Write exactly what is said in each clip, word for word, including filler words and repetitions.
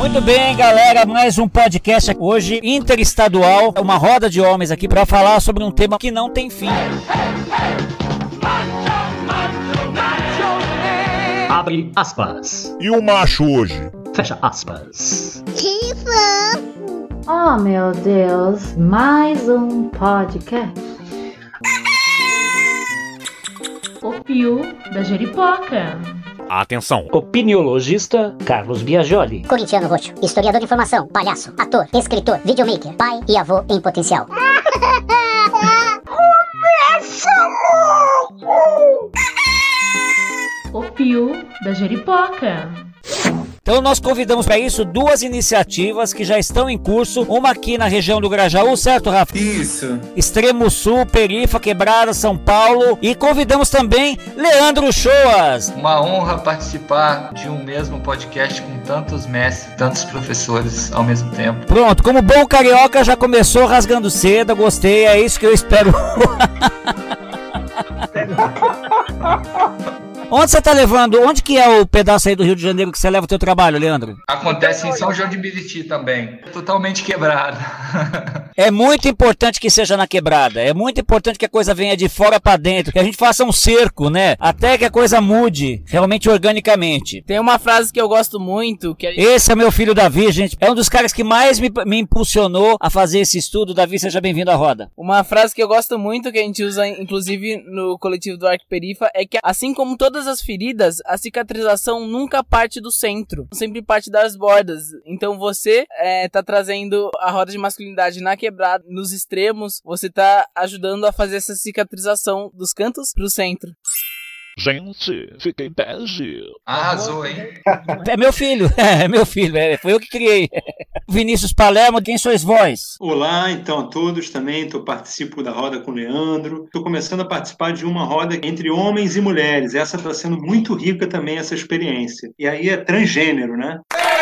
Muito bem, galera, mais um podcast hoje interestadual, uma roda de homens aqui para falar sobre um tema que não tem fim. Abre aspas. E o macho hoje? Fecha aspas. Que fofo! Oh, meu Deus, mais um podcast. O Pio da Jeripoca. Atenção! Opiniologista Carlos Biagioli. Corintiano roxo, historiador de informação, palhaço, ator, escritor, videomaker, pai e avô em potencial. Começa logo! O Pio da Jeripoca. Então nós convidamos para isso duas iniciativas que já estão em curso, uma aqui na região do Grajaú, certo, Rafa? Isso. Extremo Sul, Perifa, Quebrada, São Paulo, e convidamos também Leandro Shoas. Uma honra participar de um mesmo podcast com tantos mestres, tantos professores ao mesmo tempo. Pronto, como bom carioca já começou rasgando seda, gostei, é isso que eu espero. Onde você tá levando? Onde que é o pedaço aí do Rio de Janeiro que você leva o teu trabalho, Leandro? Acontece em São João de Meriti também. Totalmente quebrado. É muito importante que seja na quebrada. É muito importante que a coisa venha de fora pra dentro. Que a gente faça um cerco, né? Até que a coisa mude, realmente organicamente. Tem uma frase que eu gosto muito. Que é... Esse é meu filho Davi, gente. É um dos caras que mais me, me impulsionou a fazer esse estudo. Davi, seja bem-vindo à roda. Uma frase que eu gosto muito, que a gente usa inclusive no coletivo do Arco Perifa, é que assim como todas as feridas, a cicatrização nunca parte do centro, sempre parte das bordas. Então você é, tá trazendo a roda de masculinidade na quebrada, nos extremos, você tá ajudando a fazer essa cicatrização dos cantos pro centro. Gente, fiquei bege. Arrasou, hein? É meu filho, é meu filho, é, foi eu que criei. Vinícius Palermo, quem sois vós? Olá, então a todos também, eu participo da roda com o Leandro. Estou começando a participar de uma roda entre homens e mulheres. Essa está sendo muito rica também, essa experiência. E aí é transgênero, né?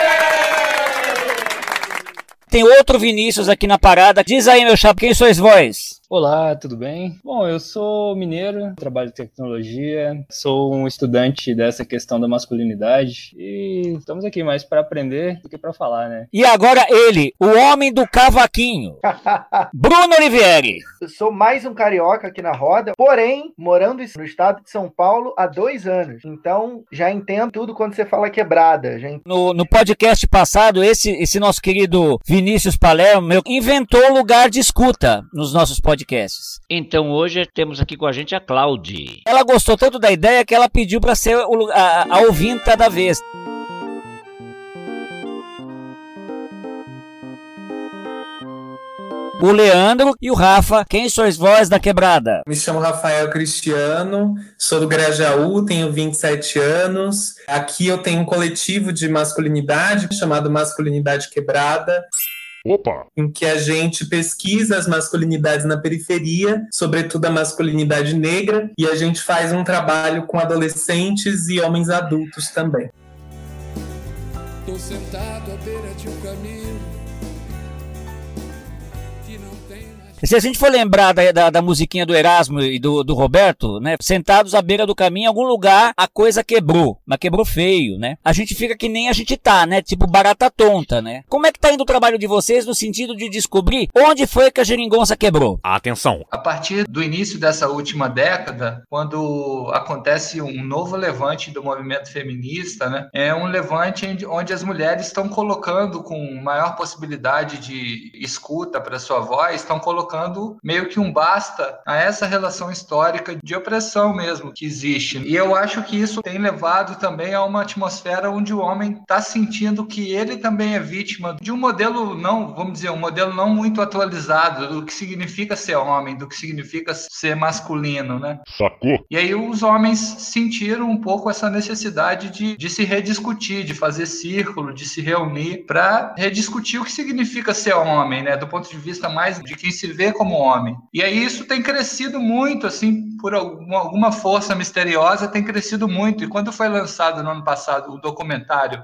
Tem outro Vinícius aqui na parada. Diz aí, meu chapa, quem sois vós? Olá, tudo bem? Bom, eu sou mineiro, trabalho em tecnologia, sou um estudante dessa questão da masculinidade e estamos aqui mais para aprender do que para falar, né? E agora ele, o homem do cavaquinho, Bruno Olivieri. Eu sou mais um carioca aqui na roda, porém, morando no estado de São Paulo há dois anos. Então, já entendo tudo quando você fala quebrada. Já ent... no, no podcast passado, esse, esse nosso querido Vinícius Palermo meu, inventou lugar de escuta nos nossos podcasts. Então hoje temos aqui com a gente a Cláudia. Ela gostou tanto da ideia que ela pediu para ser o, a, a ouvinta da vez. O Leandro e o Rafa, quem sois vós da quebrada? Me chamo Rafael Cristiano, sou do Grajaú, tenho vinte e sete anos. Aqui eu tenho um coletivo de masculinidade chamado Masculinidade Quebrada. Opa! Em que a gente pesquisa as masculinidades na periferia, sobretudo a masculinidade negra, e a gente faz um trabalho com adolescentes e homens adultos também. Tô sentado à beira de um caminho. Se a gente for lembrar da, da, da musiquinha do Erasmo e do, do Roberto, né? Sentados à beira do caminho, em algum lugar a coisa quebrou, mas quebrou feio, né? A gente fica que nem a gente tá, né? Tipo barata tonta, né? Como é que tá indo o trabalho de vocês no sentido de descobrir onde foi que a geringonça quebrou? Atenção! A partir do início dessa última década, quando acontece um novo levante do movimento feminista, né? É um levante onde as mulheres estão colocando com maior possibilidade de escuta para sua voz, estão colocando colocando meio que um basta a essa relação histórica de opressão mesmo que existe. E eu acho que isso tem levado também a uma atmosfera onde o homem está sentindo que ele também é vítima de um modelo não, vamos dizer, um modelo não muito atualizado do que significa ser homem, do que significa ser masculino, né? Sacou? E aí os homens sentiram um pouco essa necessidade de, de se rediscutir, de fazer círculo, de se reunir para rediscutir o que significa ser homem, né? Do ponto de vista mais de quem se vê como homem. E aí isso tem crescido muito, assim, por alguma, alguma força misteriosa, tem crescido muito. E quando foi lançado no ano passado o documentário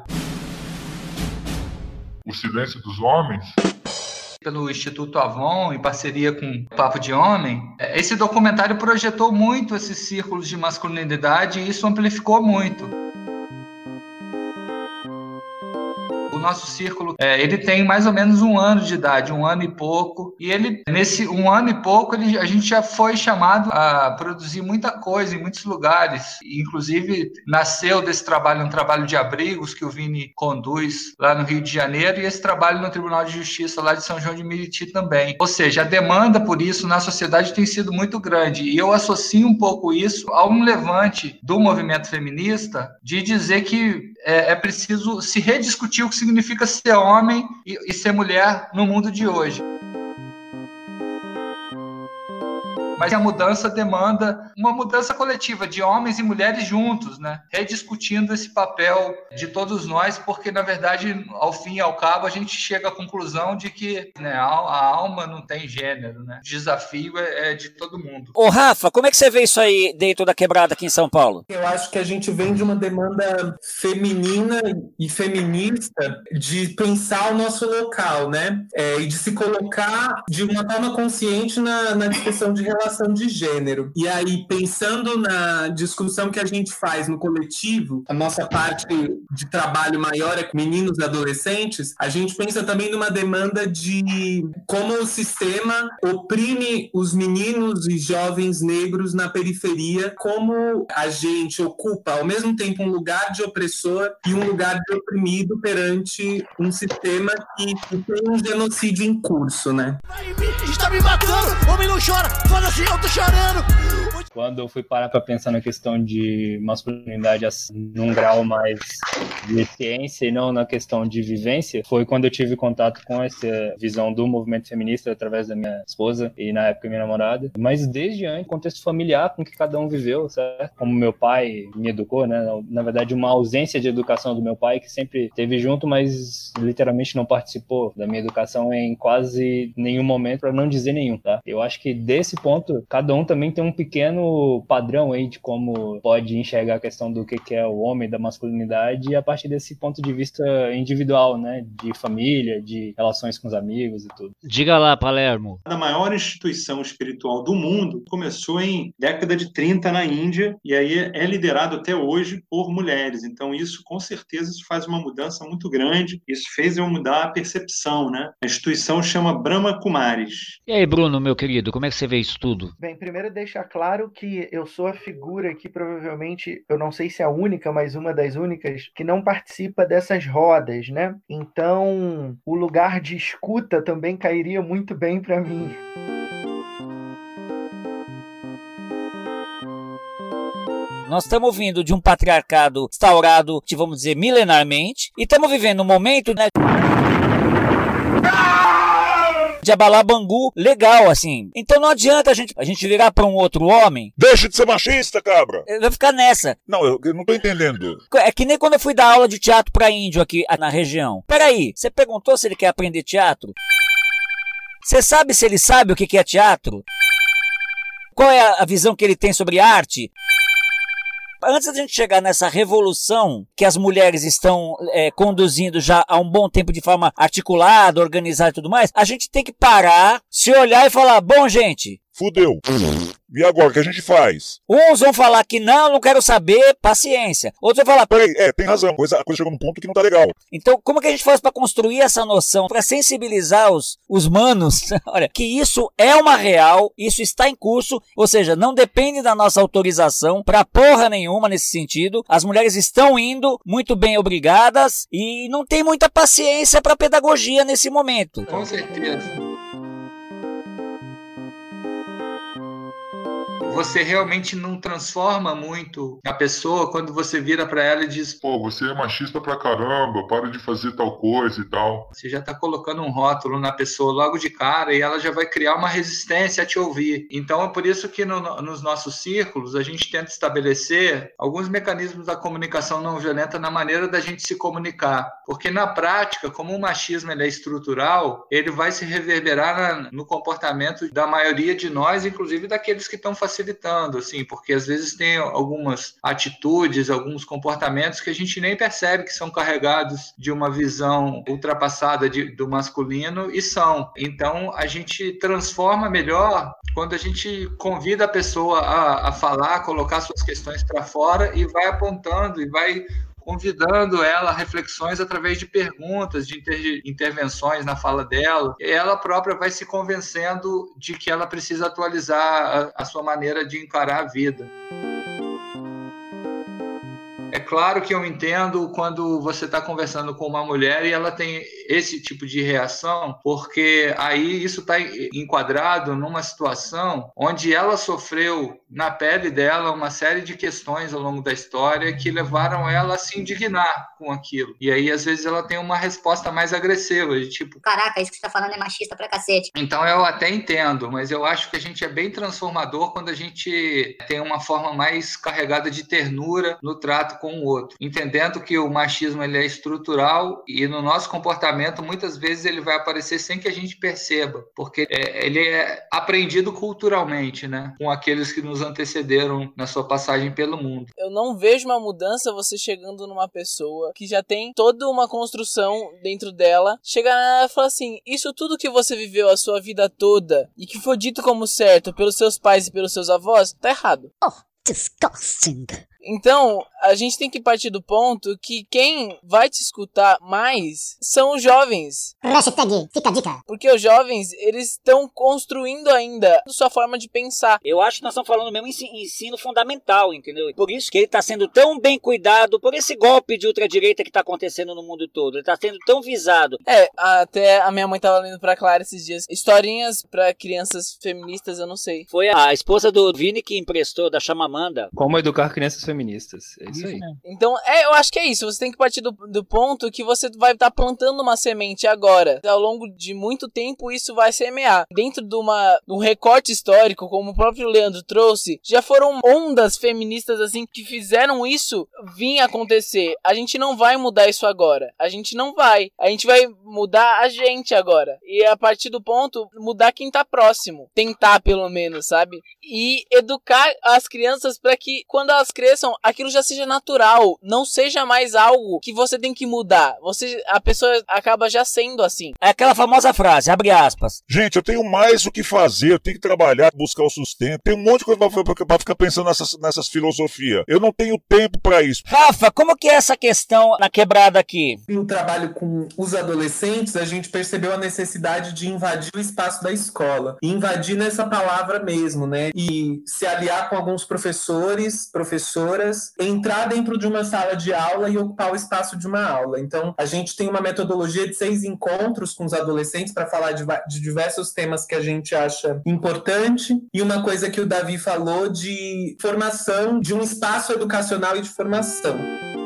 O Silêncio dos Homens, pelo Instituto Avon, em parceria com o Papo de Homem, esse documentário projetou muito esses círculos de masculinidade e isso amplificou muito. O nosso círculo, é, ele tem mais ou menos um ano de idade, um ano e pouco, e ele, nesse um ano e pouco, ele, a gente já foi chamado a produzir muita coisa em muitos lugares, inclusive nasceu desse trabalho, um trabalho de abrigos que o Vini conduz lá no Rio de Janeiro, e esse trabalho no Tribunal de Justiça lá de São João de Meriti também. Ou seja, a demanda por isso na sociedade tem sido muito grande, e eu associo um pouco isso a um levante do movimento feminista de dizer que é, é preciso se rediscutir o que significa ser homem e, e ser mulher no mundo de hoje. Mas a mudança demanda uma mudança coletiva de homens e mulheres juntos, né? Rediscutindo esse papel de todos nós, porque, na verdade, ao fim e ao cabo, a gente chega à conclusão de que, né, a, a alma não tem gênero, né? O desafio é, é de todo mundo. Ô, Rafa, como é que você vê isso aí dentro da quebrada aqui em São Paulo? Eu acho que a gente vem de uma demanda feminina e feminista de pensar o nosso local, né? É, e de se colocar de uma forma consciente na, na discussão de relação de gênero. E aí, pensando na discussão que a gente faz no coletivo, a nossa parte de trabalho maior é com meninos e adolescentes, a gente pensa também numa demanda de como o sistema oprime os meninos e jovens negros na periferia, como a gente ocupa ao mesmo tempo um lugar de opressor e um lugar de oprimido perante um sistema que tem um genocídio em curso, né? Está me matando, homem não chora, fala assim, eu tô chorando. Quando eu fui parar para pensar na questão de masculinidade num grau mais de ciência e não na questão de vivência, foi quando eu tive contato com essa visão do movimento feminista através da minha esposa e, na época, minha namorada. Mas desde antes, contexto familiar com que cada um viveu, certo? Como meu pai me educou, né? Na verdade, uma ausência de educação do meu pai, que sempre esteve junto, mas literalmente não participou da minha educação em quase nenhum momento, para não dizer nenhum, tá? Eu acho que desse ponto, cada um também tem um pequeno padrão aí de como pode enxergar a questão do que é o homem, da masculinidade, e a partir desse ponto de vista individual, né? De família, de relações com os amigos e tudo. Diga lá, Palermo. A maior instituição espiritual do mundo começou em década de trinta na Índia, e aí é liderado até hoje por mulheres. Então isso, com certeza, isso faz uma mudança muito grande. Isso fez eu mudar a percepção, né? A instituição chama Brahma Kumaris. E aí, Bruno, meu querido, como é que você vê isso tudo? Bem, primeiro deixar claro que eu sou a figura que provavelmente, eu não sei se é a única, mas uma das únicas, que não participa dessas rodas, né? Então, o lugar de escuta também cairia muito bem para mim. Nós estamos vindo de um patriarcado instaurado, vamos dizer, milenarmente, e estamos vivendo um momento, né, de abalar Bangu legal, assim. Então não adianta a gente, a gente virar pra um outro homem. Deixa de ser machista, cabra! Vai ficar nessa. Não, eu, eu não tô entendendo. É que nem quando eu fui dar aula de teatro pra índio aqui na região. Peraí, você perguntou se ele quer aprender teatro? Você sabe se ele sabe o que é teatro? Qual é a visão que ele tem sobre arte? Antes da gente chegar nessa revolução que as mulheres estão é, conduzindo já há um bom tempo de forma articulada, organizada e tudo mais, a gente tem que parar, se olhar e falar, bom, gente... Fudeu. E agora, o que a gente faz? Uns vão falar que não, não quero saber, paciência. Outros vão falar... Peraí, é, tem razão, a coisa, a coisa chegou num ponto que não tá legal. Então, como que a gente faz para construir essa noção, para sensibilizar os, os manos, olha, que isso é uma real, isso está em curso, ou seja, não depende da nossa autorização pra porra nenhuma nesse sentido. As mulheres estão indo, muito bem obrigadas, e não tem muita paciência para pedagogia nesse momento. Com certeza. Você realmente não transforma muito a pessoa quando você vira pra ela e diz, pô, você é machista pra caramba, para de fazer tal coisa e tal. Você já tá colocando um rótulo na pessoa logo de cara e ela já vai criar uma resistência a te ouvir. Então é por isso que no, nos nossos círculos a gente tenta estabelecer alguns mecanismos da comunicação não violenta na maneira da gente se comunicar. Porque na prática, como o machismo ele é estrutural, ele vai se reverberar na, no comportamento da maioria de nós, inclusive daqueles que estão facilitando, assim, porque às vezes tem algumas atitudes, alguns comportamentos que a gente nem percebe que são carregados de uma visão ultrapassada de, do masculino e são. Então a gente transforma melhor quando a gente convida a pessoa a, a falar, a colocar suas questões para fora e vai apontando e vai convidando ela a reflexões através de perguntas, de inter- intervenções na fala dela, e ela própria vai se convencendo de que ela precisa atualizar a, a sua maneira de encarar a vida. É claro que eu entendo quando você está conversando com uma mulher e ela tem esse tipo de reação, porque aí isso está enquadrado numa situação onde ela sofreu na pele dela uma série de questões ao longo da história que levaram ela a se indignar com aquilo. E aí, às vezes, ela tem uma resposta mais agressiva, de tipo... Caraca, isso que você tá falando é machista pra cacete. Então eu até entendo, mas eu acho que a gente é bem transformador quando a gente tem uma forma mais carregada de ternura no trato com o outro, entendendo que o machismo ele é estrutural e no nosso comportamento muitas vezes ele vai aparecer sem que a gente perceba, porque é, ele é aprendido culturalmente, né, com aqueles que nos antecederam na sua passagem pelo mundo. Eu não vejo uma mudança você chegando numa pessoa que já tem toda uma construção dentro dela, chegar e falar assim, isso tudo que você viveu a sua vida toda e que foi dito como certo pelos seus pais e pelos seus avós, tá errado. Oh, disgusting. Então, a gente tem que partir do ponto que quem vai te escutar mais são os jovens. Hashtag, fica a dica. Porque os jovens, eles estão construindo ainda a sua forma de pensar. Eu acho que nós estamos falando mesmo em ensino fundamental, entendeu? Por isso que ele está sendo tão bem cuidado por esse golpe de ultradireita que está acontecendo no mundo todo. Ele está sendo tão visado. É, até a minha mãe estava lendo pra Clara esses dias. Historinhas pra crianças feministas, eu não sei. Foi a esposa do Vini que emprestou, da Chamamanda. Como educar crianças feministas. Feministas. É isso, isso aí. Né? Então, é, eu acho que é isso. Você tem que partir do, do ponto que você vai estar tá plantando uma semente agora. Ao longo de muito tempo, isso vai semear. Dentro de, uma, de um recorte histórico, como o próprio Leandro trouxe, já foram ondas feministas assim que fizeram isso vir acontecer. A gente não vai mudar isso agora. A gente não vai. A gente vai mudar a gente agora. E a partir do ponto, mudar quem tá próximo. Tentar, pelo menos, sabe? E educar as crianças para que, quando elas cresçam, aquilo já seja natural, não seja mais algo que você tem que mudar. Você, a pessoa acaba já sendo assim. É aquela famosa frase, abre aspas. Gente, eu tenho mais o que fazer, eu tenho que trabalhar, buscar o sustento. Tem um monte de coisa pra, pra, pra ficar pensando nessas, nessas filosofias. Eu não tenho tempo pra isso. Rafa, como que é essa questão na quebrada aqui? No trabalho com os adolescentes, a gente percebeu a necessidade de invadir o espaço da escola. E invadir nessa palavra mesmo, né? E se aliar com alguns professores, professoras, entrar dentro de uma sala de aula e ocupar o espaço de uma aula. Então, a gente tem uma metodologia de seis encontros com os adolescentes para falar de, de diversos temas que a gente acha importante. E uma coisa que o Davi falou de formação, de um espaço educacional e de formação.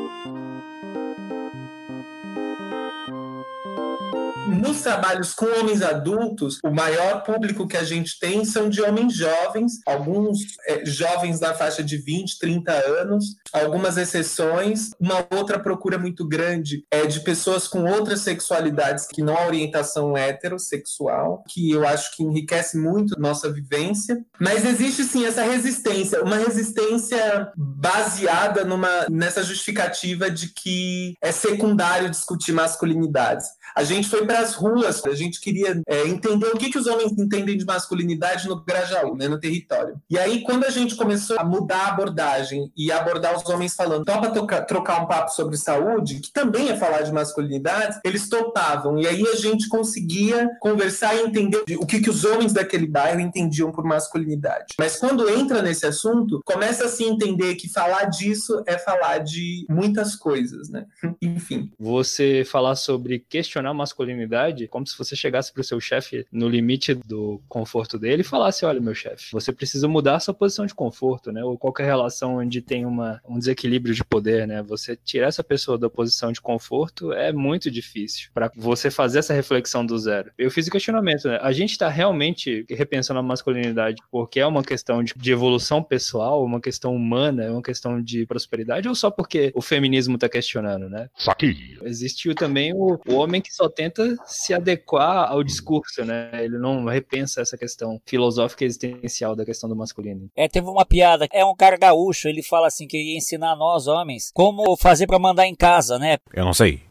Nos trabalhos com homens adultos, o maior público que a gente tem são de homens jovens, alguns é, jovens da faixa de vinte, trinta anos, algumas exceções. Uma outra procura muito grande é de pessoas com outras sexualidades que não a orientação heterossexual, que eu acho que enriquece muito nossa vivência. Mas existe sim essa resistência, uma resistência baseada numa, nessa justificativa de que é secundário discutir masculinidades. A gente foi para as ruas, a gente queria é, entender o que, que os homens entendem de masculinidade no Grajaú, né, no território. E aí, quando a gente começou a mudar a abordagem e abordar os homens falando, topa toca, trocar um papo sobre saúde, que também é falar de masculinidade, eles topavam. E aí a gente conseguia conversar e entender o que, que os homens daquele bairro entendiam por masculinidade. Mas quando entra nesse assunto, começa a se entender que falar disso é falar de muitas coisas, né? Enfim. Você falar sobre questionar a masculinidade, como se você chegasse pro seu chefe no limite do conforto dele e falasse, olha, meu chefe, você precisa mudar a sua posição de conforto, né? Ou qualquer relação onde tem uma, um desequilíbrio de poder, né? Você tirar essa pessoa da posição de conforto é muito difícil para você fazer essa reflexão do zero. Eu fiz o questionamento, né? A gente tá realmente repensando a masculinidade porque é uma questão de, de evolução pessoal, uma questão humana, é uma questão de prosperidade, ou só porque o feminismo tá questionando, né? Saquei. Existiu também o, o homem que só tenta se adequar ao discurso, né? Ele não repensa essa questão filosófica e existencial da questão do masculino. É, teve uma piada, é um cara gaúcho, ele fala assim que ia ensinar nós, homens, como fazer pra mandar em casa, né? Eu não sei.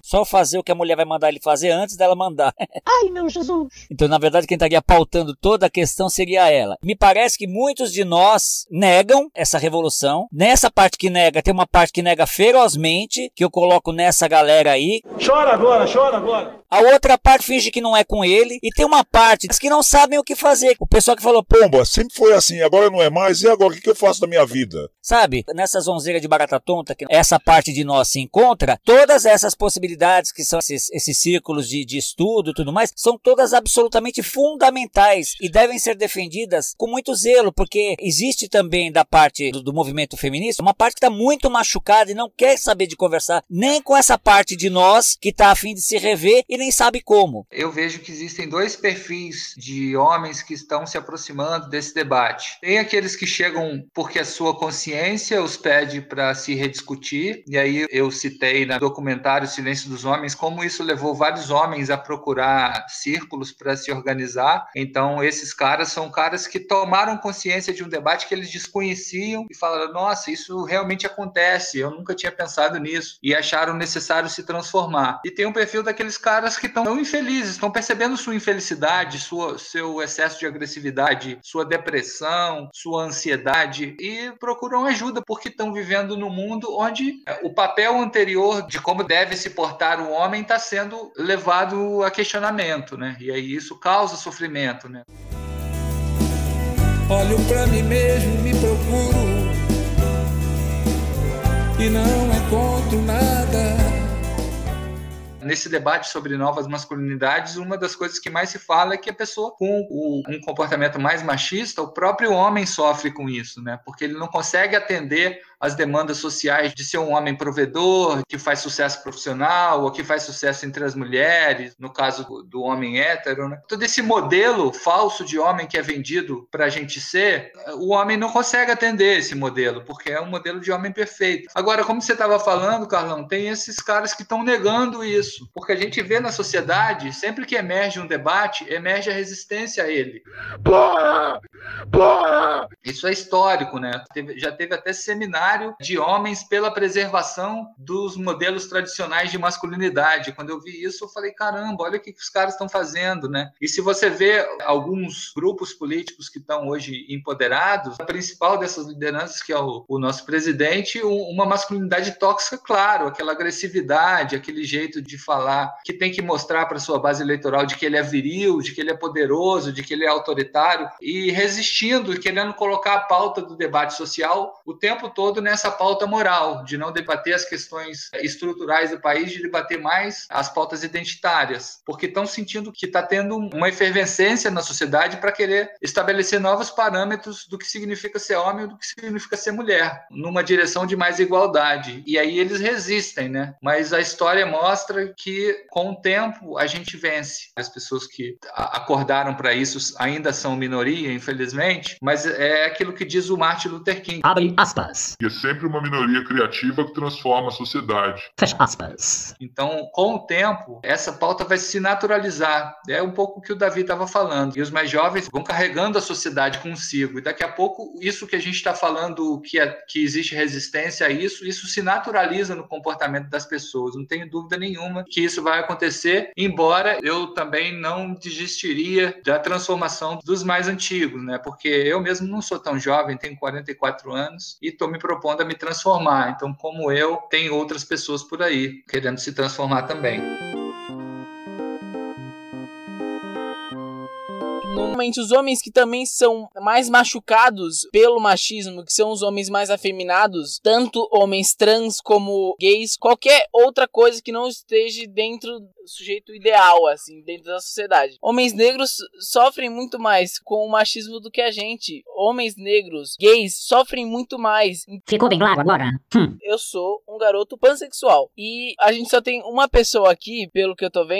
só fazer o que a mulher vai mandar ele fazer antes dela mandar. Ai, meu Jesus! Então, na verdade, quem estaria pautando toda a questão seria ela. Me parece que muitos de nós negam essa revolução. Nessa parte que nega, tem uma parte que nega ferozmente, que eu coloco nessa galera aí. Chora agora, chora agora! A outra parte finge que não é com ele. E tem uma parte que não sabem o que fazer. O pessoal que falou, pomba, sempre foi assim, agora não é mais. E agora, o que eu faço da minha vida? Sabe, nessa zonzeira de barata tonta, que essa parte de nós se encontra, todas essas possibilidades que são esses, esses círculos de, de estudo e tudo mais, são todas absolutamente fundamentais e devem ser defendidas com muito zelo, porque existe também da parte do, do movimento feminista, uma parte que está muito machucada e não quer saber de conversar nem com essa parte de nós que está a fim de se rever e nem sabe como. Eu vejo que existem dois perfis de homens que estão se aproximando desse debate. Tem aqueles que chegam porque a sua consciência os pede para se rediscutir, e aí eu citei no documentário Silêncio dos Homens como isso levou vários homens a procurar círculos para se organizar. Então esses caras são caras que tomaram consciência de um debate que eles desconheciam e falaram, nossa, isso realmente acontece, eu nunca tinha pensado nisso, e acharam necessário se transformar. E tem um perfil daqueles caras que estão infelizes, estão percebendo sua infelicidade, sua, seu excesso de agressividade, sua depressão, sua ansiedade, e procuram ajuda porque estão vivendo num mundo onde o papel anterior de como deve se portar o homem está sendo levado a questionamento, né? E aí isso causa sofrimento, né? Olho pra mim mesmo, me procuro e não encontro nada. Nesse debate sobre novas masculinidades, uma das coisas que mais se fala é que a pessoa com o, um comportamento mais machista, o próprio homem sofre com isso, né? Porque ele não consegue atender as demandas sociais de ser um homem provedor, que faz sucesso profissional, ou que faz sucesso entre as mulheres, no caso do, do homem hétero, né? Todo esse modelo falso de homem que é vendido para a gente ser, o homem não consegue atender esse modelo, porque é um modelo de homem perfeito. Agora, como você estava falando, Carlão, tem esses caras que estão negando isso, porque a gente vê na sociedade, sempre que emerge um debate, emerge a resistência a ele. Bora! Bora! Isso é histórico, né? Teve, já teve até seminário de homens pela preservação dos modelos tradicionais de masculinidade. Quando eu vi isso, eu falei, caramba, olha o que os caras estão fazendo, né? E se você vê alguns grupos políticos que estão hoje empoderados, a principal dessas lideranças, que é o, o nosso presidente, uma masculinidade tóxica, claro, aquela agressividade, aquele jeito de falar que tem que mostrar para sua base eleitoral de que ele é viril, de que ele é poderoso, de que ele é autoritário, e resistindo e querendo colocar a pauta do debate social o tempo todo nessa pauta moral, de não debater as questões estruturais do país, de debater mais as pautas identitárias, porque estão sentindo que está tendo uma efervescência na sociedade para querer estabelecer novos parâmetros do que significa ser homem e do que significa ser mulher, numa direção de mais igualdade. E aí eles resistem, né? Mas a história mostra que, com o tempo, a gente vence. As pessoas que acordaram para isso ainda são minoria, infelizmente, mas é aquilo que diz o Martin Luther King. Abre aspas. E é sempre uma minoria criativa que transforma a sociedade. Fecha aspas. Então, com o tempo, essa pauta vai se naturalizar. É um pouco o que o Davi estava falando. E os mais jovens vão carregando a sociedade consigo. E daqui a pouco, isso que a gente está falando, que, é, que existe resistência a isso, isso se naturaliza no comportamento das pessoas. Não tenho dúvida nenhuma que isso vai acontecer, embora eu também não desistiria da transformação dos mais antigos, né? Porque eu mesmo não sou tão jovem, tenho quarenta e quatro anos e estou me propondo a me transformar. Então, como eu, tem outras pessoas por aí querendo se transformar também. Normalmente os homens que também são mais machucados pelo machismo, que são os homens mais afeminados, tanto homens trans como gays, qualquer outra coisa que não esteja dentro do sujeito ideal, assim, dentro da sociedade. Homens negros sofrem muito mais com o machismo do que a gente. Homens negros, gays, sofrem muito mais. Ficou bem claro agora? Hum. Eu sou um garoto pansexual e a gente só tem uma pessoa aqui, pelo que eu tô vendo,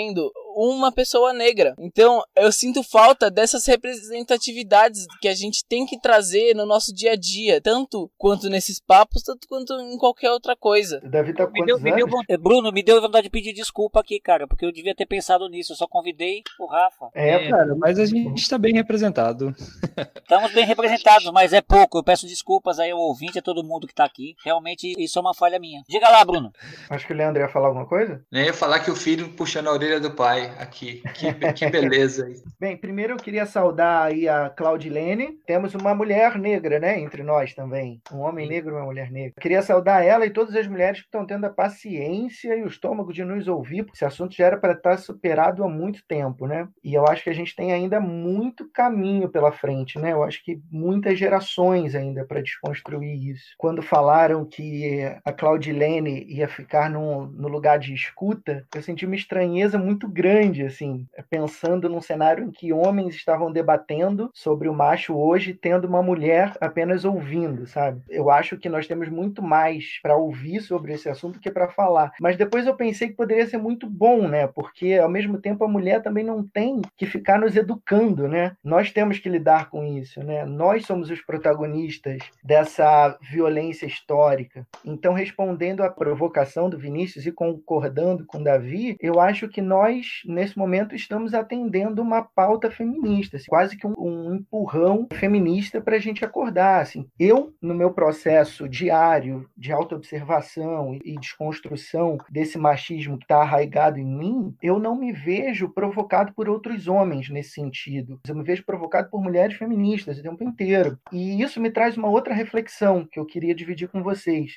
uma pessoa negra. Então, eu sinto falta dessas representatividades que a gente tem que trazer no nosso dia a dia, tanto quanto nesses papos, tanto quanto em qualquer outra coisa. Davi tá com me deu, me deu, Bruno, me deu vontade de pedir desculpa aqui, cara, porque eu devia ter pensado nisso. Eu só convidei o Rafa. É, cara, mas a gente tá bem representado. Estamos bem representados, mas é pouco. Eu peço desculpas aí ao ouvinte, a todo mundo que tá aqui. Realmente, isso é uma falha minha. Diga lá, Bruno. Acho que o Leandro ia falar alguma coisa? Eu ia falar que o filho puxando a orelha do pai aqui. Que, que beleza. Bem, primeiro eu queria saudar aí a Claudilene. Temos uma mulher negra, né, entre nós também. Um homem negro e uma mulher negra. Eu queria saudar ela e todas as mulheres que estão tendo a paciência e o estômago de nos ouvir, porque esse assunto já era para estar superado há muito tempo, né? E eu acho que a gente tem ainda muito caminho pela frente, né? Eu acho que muitas gerações ainda para desconstruir isso. Quando falaram que a Claudilene ia ficar no, no lugar de escuta, eu senti uma estranheza muito grande, assim, pensando num cenário em que homens estavam debatendo sobre o macho hoje, tendo uma mulher apenas ouvindo, sabe? Eu acho que nós temos muito mais para ouvir sobre esse assunto que para falar. Mas depois eu pensei que poderia ser muito bom, né? Porque, ao mesmo tempo, a mulher também não tem que ficar nos educando, né? Nós temos que lidar com isso, né? Nós somos os protagonistas dessa violência histórica. Então, respondendo à provocação do Vinícius e concordando com o Davi, eu acho que nós, nesse momento, estamos atendendo uma pauta feminista, assim, quase que um, um empurrão feminista para a gente acordar. Assim. Eu, no meu processo diário de autoobservação e desconstrução desse machismo que está arraigado em mim, eu não me vejo provocado por outros homens nesse sentido. Eu me vejo provocado por mulheres feministas o tempo inteiro. E isso me traz uma outra reflexão que eu queria dividir com vocês.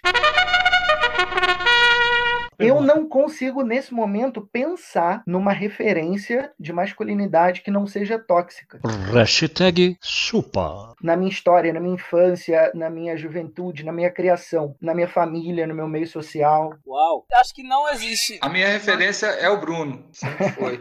Eu não consigo, nesse momento, pensar numa referência de masculinidade que não seja tóxica. Hashtag chupa. Na minha história, na minha infância, na minha juventude, na minha criação, na minha família, no meu meio social. Uau! Acho que não existe. A minha referência é o Bruno. Sempre foi.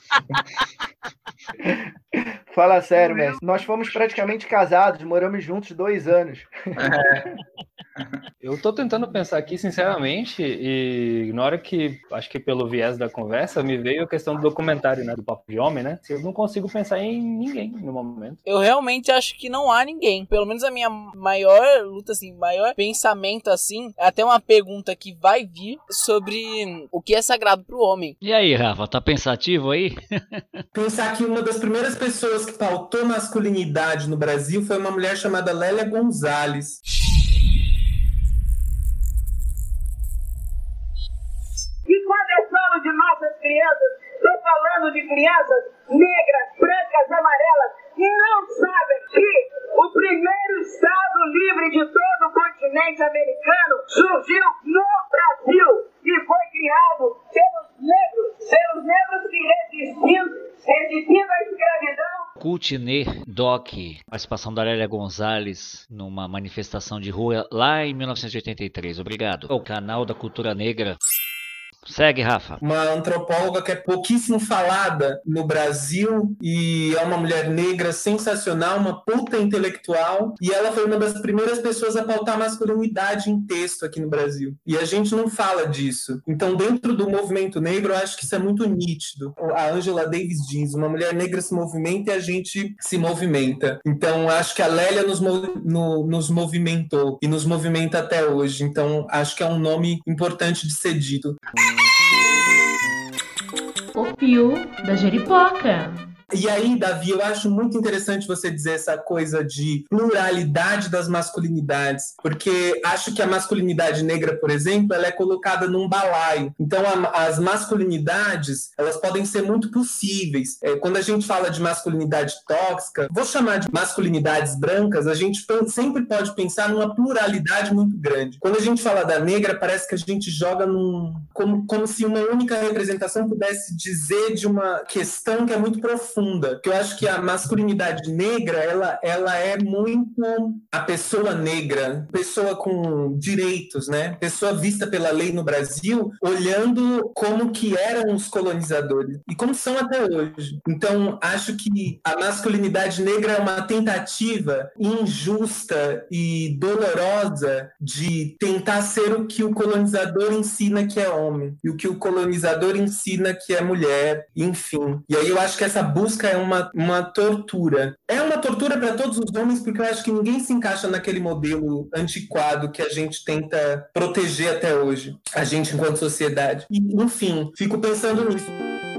Fala sério, mestre. Nós fomos praticamente casados, moramos juntos dois anos. É. Eu tô tentando pensar aqui, sinceramente, e na hora que, acho que pelo viés da conversa, me veio a questão do documentário, né, do Papo de Homem, né? Eu não consigo pensar em ninguém no momento. Eu realmente acho que não há ninguém. Pelo menos a minha maior luta, assim, maior pensamento, assim, é até uma pergunta que vai vir sobre o que é sagrado pro homem. E aí, Rafa, tá pensativo aí? Pensar que uma das primeiras pessoas que pautou masculinidade no Brasil foi uma mulher chamada Lélia Gonzalez. E quando eu falo de nossas crianças, estou falando de crianças negras, brancas, amarelas, que não sabem que o primeiro estado livre de todo o continente americano surgiu no Brasil e foi criado pelos negros, pelos negros que resistindo, resistindo à escravidão. Cultiner Doc, participação da Lélia Gonzalez numa manifestação de rua lá em mil novecentos e oitenta e três. Obrigado. O canal da Cultura Negra. Segue, Rafa. Uma antropóloga que é pouquíssimo falada no Brasil e é uma mulher negra sensacional, uma puta intelectual, e ela foi uma das primeiras pessoas a pautar masculinidade em texto aqui no Brasil. E a gente não fala disso. Então, dentro do movimento negro, eu acho que isso é muito nítido. A Angela Davis diz, uma mulher negra se movimenta e a gente se movimenta. Então, acho que a Lélia nos, no, nos movimentou e nos movimenta até hoje. Então, acho que é um nome importante de ser dito. O Pio da Jeripoca. E aí, Davi, eu acho muito interessante você dizer essa coisa de pluralidade das masculinidades, porque acho que a masculinidade negra, por exemplo, ela é colocada num balaio. Então, a, as masculinidades, elas podem ser muito possíveis. É, quando a gente fala de masculinidade tóxica, vou chamar de masculinidades brancas, a gente sempre pode pensar numa pluralidade muito grande. Quando a gente fala da negra, parece que a gente joga num... como, como se uma única representação pudesse dizer de uma questão que é muito profunda. profunda, porque eu acho que a masculinidade negra, ela, ela é muito a pessoa negra, pessoa com direitos, né? Pessoa vista pela lei no Brasil, olhando como que eram os colonizadores e como são até hoje. Então, acho que a masculinidade negra é uma tentativa injusta e dolorosa de tentar ser o que o colonizador ensina que é homem e o que o colonizador ensina que é mulher, enfim. E aí eu acho que essa busca é uma, uma tortura. É uma tortura para todos os homens, porque eu acho que ninguém se encaixa naquele modelo antiquado que a gente tenta proteger até hoje, a gente enquanto sociedade. E, enfim, fico pensando nisso.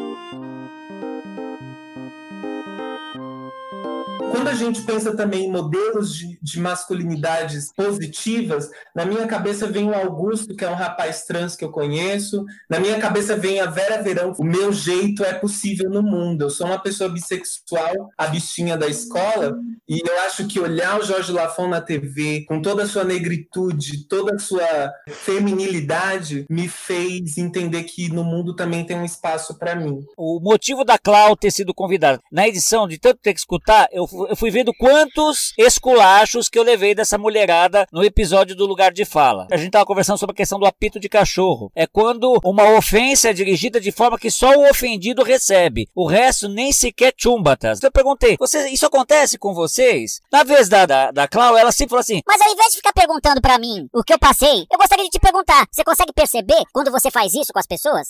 Quando a gente pensa também em modelos de, de masculinidades positivas, na minha cabeça vem o Augusto, que é um rapaz trans que eu conheço, na minha cabeça vem a Vera Verão, o meu jeito é possível no mundo, eu sou uma pessoa bissexual, a bichinha da escola, e eu acho que olhar o Jorge Lafon na T V, com toda a sua negritude, toda a sua feminilidade, me fez entender que no mundo também tem um espaço para mim. O motivo da Clau ter sido convidada, na edição, de tanto ter que escutar, eu eu fui vendo quantos esculachos que eu levei dessa mulherada no episódio do Lugar de Fala. A gente tava conversando sobre a questão do apito de cachorro. É quando uma ofensa é dirigida de forma que só o ofendido recebe. O resto nem sequer chumbatas. Eu perguntei, você, isso acontece com vocês? Na vez da, da, da Clau, ela sempre falou assim, mas ao invés de ficar perguntando pra mim o que eu passei, eu gostaria de te perguntar, você consegue perceber quando você faz isso com as pessoas?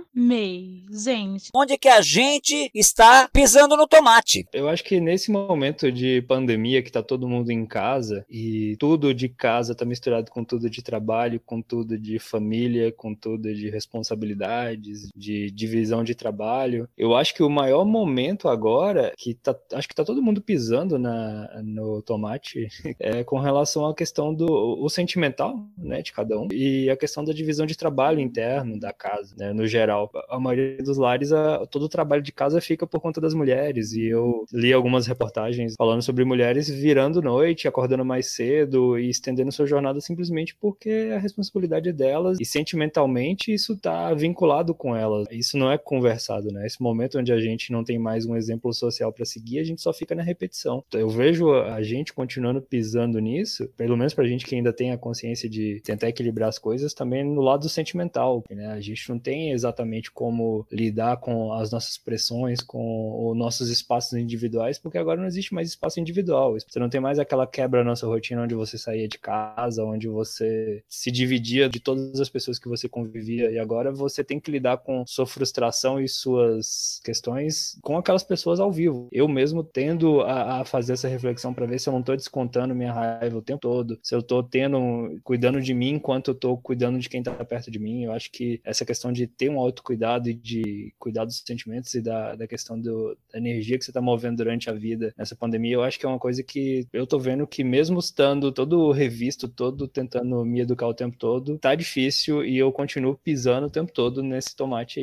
Amei, gente. Onde é que a gente está pisando no tomate? Eu acho que nesse momento momento de pandemia que tá todo mundo em casa e tudo de casa tá misturado com tudo de trabalho, com tudo de família, com tudo de responsabilidades, de divisão de trabalho. Eu acho que o maior momento agora, que tá, acho que tá todo mundo pisando na, no tomate, é com relação à questão do o sentimental, né, de cada um, e a questão da divisão de trabalho interno da casa, né, no geral. A maioria dos lares, a, todo o trabalho de casa fica por conta das mulheres, e eu li algumas reportagens falando sobre mulheres virando noite, acordando mais cedo e estendendo sua jornada simplesmente porque a responsabilidade é delas e sentimentalmente isso tá vinculado com elas. Isso não é conversado, né? Esse momento onde a gente não tem mais um exemplo social para seguir, a gente só fica na repetição. Eu vejo a gente continuando pisando nisso, pelo menos pra gente que ainda tem a consciência de tentar equilibrar as coisas, também no lado sentimental, né? A gente não tem exatamente como lidar com as nossas pressões, com os nossos espaços individuais, porque agora não existe mais espaço individual. Você não tem mais aquela quebra na sua rotina onde você saía de casa, onde você se dividia de todas as pessoas que você convivia, e agora você tem que lidar com sua frustração e suas questões com aquelas pessoas ao vivo. Eu mesmo tendo a, a fazer essa reflexão para ver se eu não tô descontando minha raiva o tempo todo, se eu tô tendo, cuidando de mim enquanto eu tô cuidando de quem tá perto de mim. Eu acho que essa questão de ter um autocuidado e de cuidar dos sentimentos e da, da questão do, da energia que você tá movendo durante a vida nessa pandemia, eu acho que é uma coisa que eu tô vendo que mesmo estando todo revisto, todo tentando me educar o tempo todo, tá difícil e eu continuo pisando o tempo todo nesse tomate aí.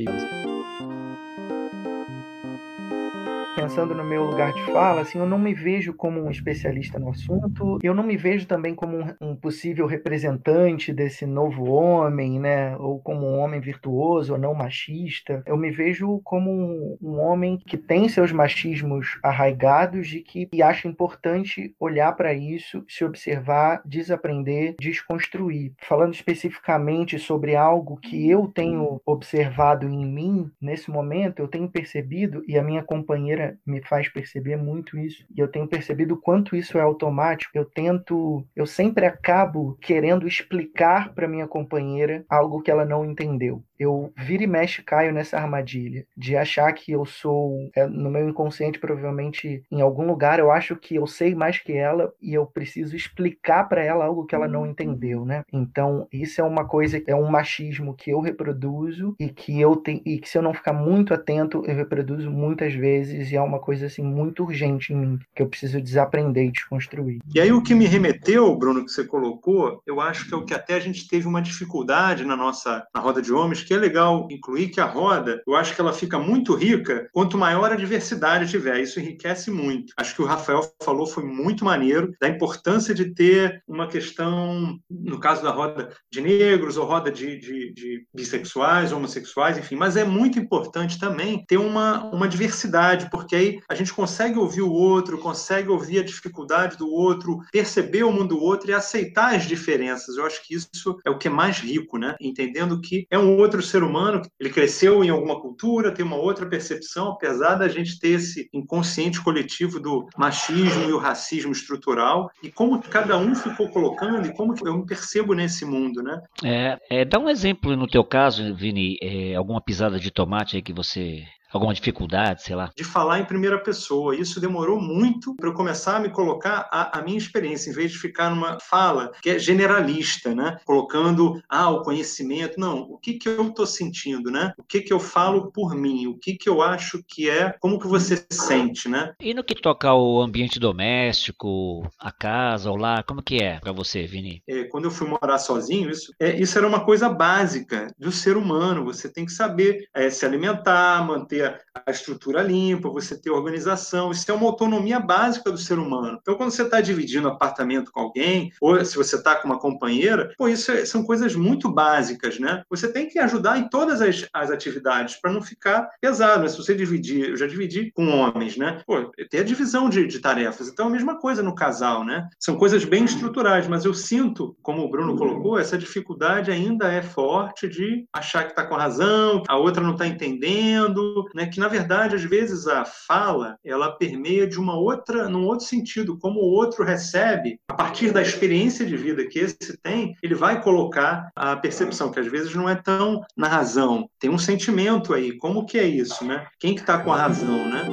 Pensando no meu lugar de fala, assim, eu não me vejo como um especialista no assunto, eu não me vejo também como um, um possível representante desse novo homem, né, ou como um homem virtuoso ou não machista. Eu me vejo como um, um homem que tem seus machismos arraigados e que e acha importante olhar para isso, se observar, desaprender, desconstruir. Falando especificamente sobre algo que eu tenho observado em mim, nesse momento, eu tenho percebido, e a minha companheira me faz perceber muito isso, e eu tenho percebido o quanto isso é automático. Eu tento, eu sempre acabo querendo explicar para minha companheira algo que ela não entendeu. Eu vira e mexe caio nessa armadilha de achar que eu sou, é, no meu inconsciente, provavelmente em algum lugar eu acho que eu sei mais que ela e eu preciso explicar para ela algo que ela não entendeu, né? Então isso é uma coisa, é um machismo que eu reproduzo e que eu tenho, e que se eu não ficar muito atento eu reproduzo muitas vezes, e é uma coisa assim muito urgente em mim que eu preciso desaprender e desconstruir. E aí o que me remeteu, Bruno, que você colocou, eu acho que é o que até a gente teve uma dificuldade na nossa na roda de homens, que é legal incluir que a roda, eu acho que ela fica muito rica quanto maior a diversidade tiver. Isso enriquece muito. Acho que o Rafael falou, foi muito maneiro, da importância de ter uma questão, no caso da roda de negros ou roda de, de, de bissexuais, homossexuais, enfim, mas é muito importante também ter uma, uma diversidade, porque porque aí a gente consegue ouvir o outro, consegue ouvir a dificuldade do outro, perceber o mundo do outro e aceitar as diferenças. Eu acho que isso é o que é mais rico, né? Entendendo que é um outro ser humano, ele cresceu em alguma cultura, tem uma outra percepção, apesar da gente ter esse inconsciente coletivo do machismo e o racismo estrutural, e como cada um ficou colocando e como eu me percebo nesse mundo, né? É, é, dá um exemplo no teu caso, Vini, é, alguma pisada de tomate aí que você... Alguma dificuldade, sei lá? De falar em primeira pessoa. Isso demorou muito para eu começar a me colocar a, a minha experiência, em vez de ficar numa fala que é generalista, né? Colocando, ah, o conhecimento. Não, o que, que eu estou sentindo, né? O que, que eu falo por mim? O que, que eu acho que é, como que você sente, né? E no que toca ao ambiente doméstico, a casa, o lar, como que é para você, Vini? É, quando eu fui morar sozinho, isso, é, isso era uma coisa básica do ser humano. Você tem que saber é, se alimentar, manter a estrutura limpa, você ter organização, isso é uma autonomia básica do ser humano. Então, quando você está dividindo apartamento com alguém, ou se você está com uma companheira, pô, isso é, são coisas muito básicas, né? Você tem que ajudar em todas as, as atividades para não ficar pesado, né? Se você dividir, eu já dividi com homens, né? Pô, tem a divisão de, de tarefas, então é a mesma coisa no casal, né? São coisas bem estruturais, mas eu sinto, como o Bruno colocou, essa dificuldade ainda é forte de achar que está com razão, a outra não está entendendo, né, que na verdade às vezes a fala ela permeia de uma outra, num outro sentido, como o outro recebe a partir da experiência de vida que esse tem, ele vai colocar a percepção que às vezes não é tão na razão, tem um sentimento aí, como que é isso, né? Quem que está com a razão, né?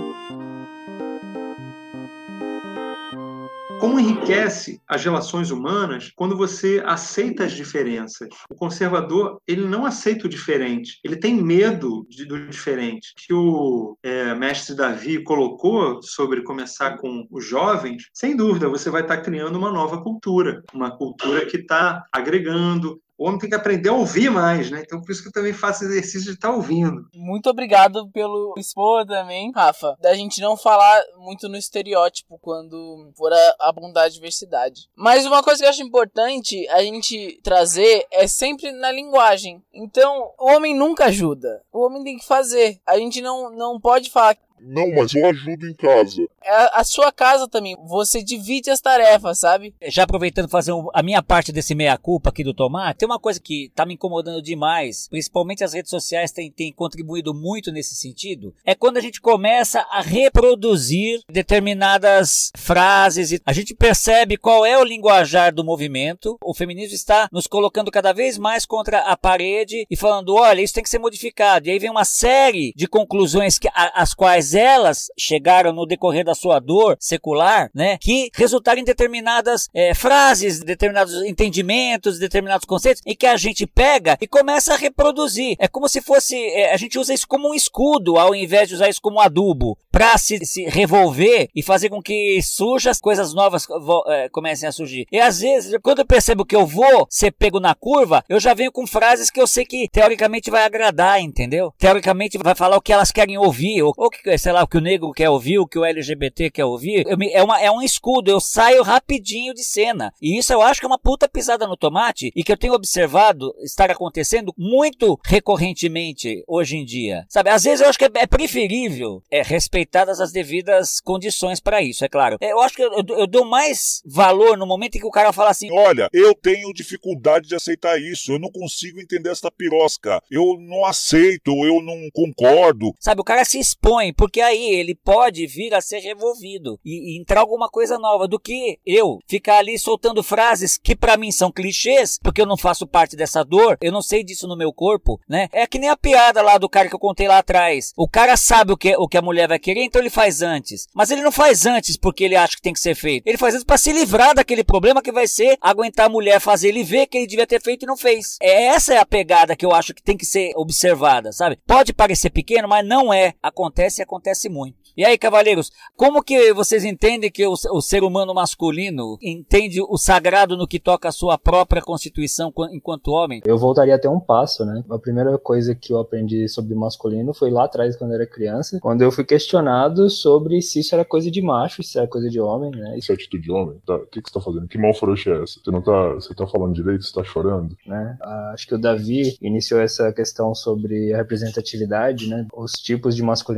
Como enriquece as relações humanas quando você aceita as diferenças. O conservador, ele não aceita o diferente, ele tem medo de, do diferente. O que o é, mestre Davi colocou sobre começar com os jovens, sem dúvida, você vai estar criando uma nova cultura, uma cultura que está agregando. O homem tem que aprender a ouvir mais, né? Então, por isso que eu também faço exercício de estar ouvindo. Muito obrigado pelo expor também, Rafa, da gente não falar muito no estereótipo quando for abundar a diversidade. Mas uma coisa que eu acho importante a gente trazer é sempre na linguagem. Então, o homem nunca ajuda. O homem tem que fazer. A gente não, não pode falar... Não, mas eu ajudo em casa. É a sua casa também. Você divide as tarefas, sabe? Já aproveitando fazer um, a minha parte desse meia-culpa aqui do tomate, tem uma coisa que tá me incomodando demais, principalmente as redes sociais têm, têm contribuído muito nesse sentido, é quando a gente começa a reproduzir determinadas frases e a gente percebe qual é o linguajar do movimento. O feminismo está nos colocando cada vez mais contra a parede e falando, olha, isso tem que ser modificado. E aí vem uma série de conclusões que, a, as quais elas chegaram no decorrer da sua dor secular, né, que resultaram em determinadas é, frases, determinados entendimentos, determinados conceitos, e que a gente pega e começa a reproduzir. É como se fosse, é, a gente usa isso como um escudo, ao invés de usar isso como adubo, para se, se revolver e fazer com que surjam coisas novas é, comecem a surgir. E às vezes, quando eu percebo que eu vou ser pego na curva, eu já venho com frases que eu sei que teoricamente vai agradar, entendeu? Teoricamente vai falar o que elas querem ouvir, ou, ou que, sei lá, o que o negro quer ouvir, o que o L G B T quer ouvir. Eu me, é, uma, é um escudo, eu saio rapidinho de cena. E isso eu acho que é uma puta pisada no tomate e que eu tenho observado estar acontecendo muito recorrentemente hoje em dia. Sabe, às vezes eu acho que é, é preferível é, respeitadas as devidas condições para isso, é claro. É, eu acho que eu, eu, eu dou mais valor no momento em que o cara fala assim, olha, eu tenho dificuldade de aceitar isso, eu não consigo entender essa pirosca, eu não aceito, eu não concordo. Sabe, o cara se expõe, porque aí ele pode vir a ser revolvido e, e entrar alguma coisa nova, do que eu ficar ali soltando frases que pra mim são clichês, porque eu não faço parte dessa dor, eu não sei disso no meu corpo, né? É que nem a piada lá do cara que eu contei lá atrás. O cara sabe o que, o que a mulher vai querer, então ele faz antes. Mas ele não faz antes porque ele acha que tem que ser feito. Ele faz antes pra se livrar daquele problema que vai ser aguentar a mulher fazer ele ver que ele devia ter feito e não fez. É, essa é a pegada que eu acho que tem que ser observada, sabe? Pode parecer pequeno, mas não é. Acontece e acontece muito. E aí, cavaleiros, como que vocês entendem que o, o ser humano masculino entende o sagrado no que toca a sua própria constituição enquanto homem? Eu voltaria até um passo, né? A primeira coisa que eu aprendi sobre masculino foi lá atrás, quando eu era criança, quando eu fui questionado sobre se isso era coisa de macho, se era coisa de homem, né? Isso é atitude de homem? Tá. O que, que você tá fazendo? Que mal frouxa é essa? Você não tá, você tá falando direito? Você tá chorando? Né? Acho que o Davi iniciou essa questão sobre a representatividade, né? Os tipos de masculinidade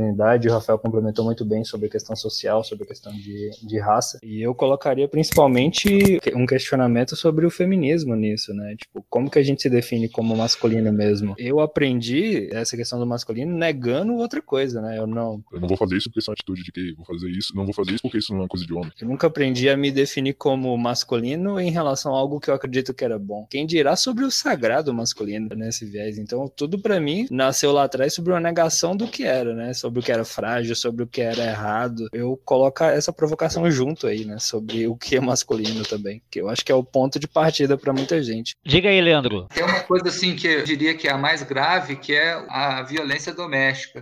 verdade, o Rafael complementou muito bem sobre a questão social, sobre a questão de, de raça. E eu colocaria principalmente um questionamento sobre o feminismo nisso, né? Tipo, como que a gente se define como masculino mesmo? Eu aprendi essa questão do masculino negando outra coisa, né? Eu não... Eu não vou fazer isso porque isso é uma atitude de que vou fazer isso, não vou fazer isso porque isso não é coisa de homem. Eu nunca aprendi a me definir como masculino em relação a algo que eu acredito que era bom. Quem dirá sobre o sagrado masculino nesse viés? Então, tudo pra mim nasceu lá atrás sobre uma negação do que era, né? Sobre o que era frágil, sobre o que era errado. Eu coloco essa provocação junto aí, né? Sobre o que é masculino também, que eu acho que é o ponto de partida pra muita gente. Diga aí, Leandro. Tem uma coisa assim que eu diria que é a mais grave, que é a violência doméstica.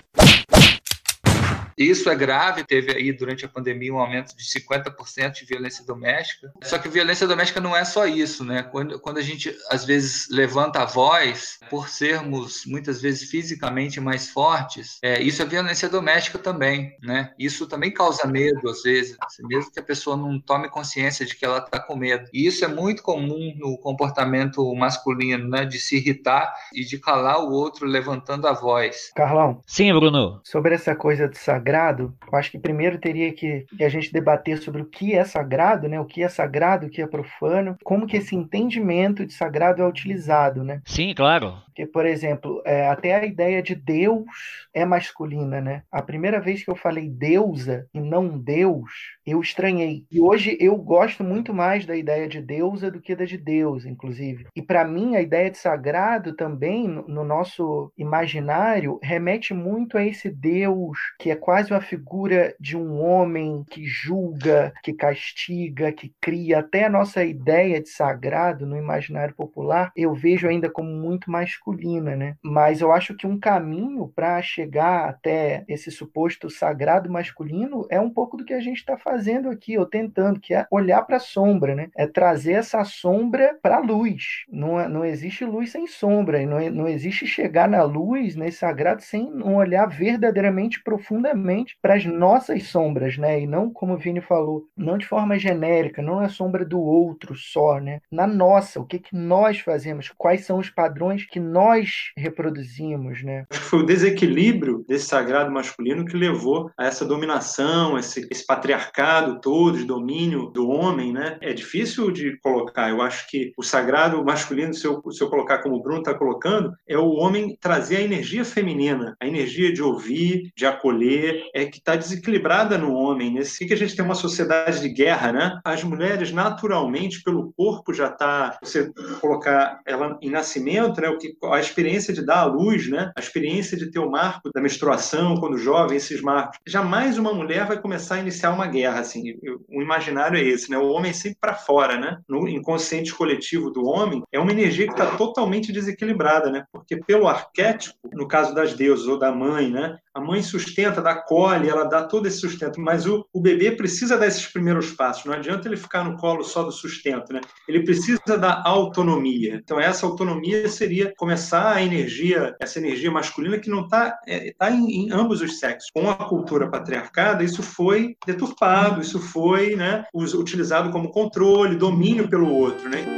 Isso é grave, teve aí durante a pandemia um aumento de cinquenta por cento de violência doméstica. Só que violência doméstica não é só isso, né? Quando, quando a gente, às vezes, levanta a voz, por sermos, muitas vezes, fisicamente mais fortes, é, isso é violência doméstica também, né? Isso também causa medo, às vezes, mesmo que a pessoa não tome consciência de que ela está com medo. E isso é muito comum no comportamento masculino, né? De se irritar e de calar o outro levantando a voz. Carlão. Sim, Bruno. Sobre essa coisa de sagrado, eu acho que primeiro teria que, que a gente debater sobre o que é sagrado, né? O que é sagrado, o que é profano, como que esse entendimento de sagrado é utilizado, né? Sim, claro. Porque, por exemplo, é, até a ideia de Deus é masculina, né? A primeira vez que eu falei deusa e não Deus, eu estranhei. E hoje eu gosto muito mais da ideia de deusa do que da de Deus, inclusive. E para mim, a ideia de sagrado também, no, no nosso imaginário, remete muito a esse Deus que é quase uma figura de um homem que julga, que castiga, que cria. Até a nossa ideia de sagrado no imaginário popular, eu vejo ainda como muito masculina, né? Mas eu acho que um caminho para chegar até esse suposto sagrado masculino é um pouco do que a gente está fazendo aqui, ou tentando, que é olhar para a sombra, né? É trazer essa sombra para a luz. Não, não existe luz sem sombra, e não, não existe chegar na luz, nesse sagrado, sem um olhar verdadeiramente, profundamente para as nossas sombras, né? E não, como o Vini falou, não de forma genérica, não a sombra do outro só, né? Na nossa, o que, que nós fazemos, quais são os padrões que nós reproduzimos, né? Acho que foi o desequilíbrio desse sagrado masculino que levou a essa dominação, esse, esse patriarcado todo de domínio do homem, né? É difícil de colocar. Eu acho que o sagrado masculino, se eu, se eu colocar como o Bruno está colocando, é o homem trazer a energia feminina, a energia de ouvir, de acolher, é que está desequilibrada no homem. Nesse que a gente tem uma sociedade de guerra, né? As mulheres, naturalmente, pelo corpo já está, você colocar ela em nascimento, né? O que, a experiência de dar à luz, né? A experiência de ter o marco da menstruação, quando jovem, esses marcos. Jamais uma mulher vai começar a iniciar uma guerra, assim. O imaginário é esse, né? O homem sempre para fora, né? No inconsciente coletivo do homem, é uma energia que está totalmente desequilibrada, né? Porque pelo arquétipo, no caso das deusas ou da mãe, né? A mãe sustenta, dá cole, ela dá todo esse sustento, mas o, o bebê precisa dar esses primeiros passos, não adianta ele ficar no colo só do sustento, né? Ele precisa da autonomia. Então essa autonomia seria começar a energia, essa energia masculina que não está é, tá em, em ambos os sexos. Com a cultura patriarcada, isso foi deturpado, isso foi, né, utilizado como controle, domínio pelo outro, né?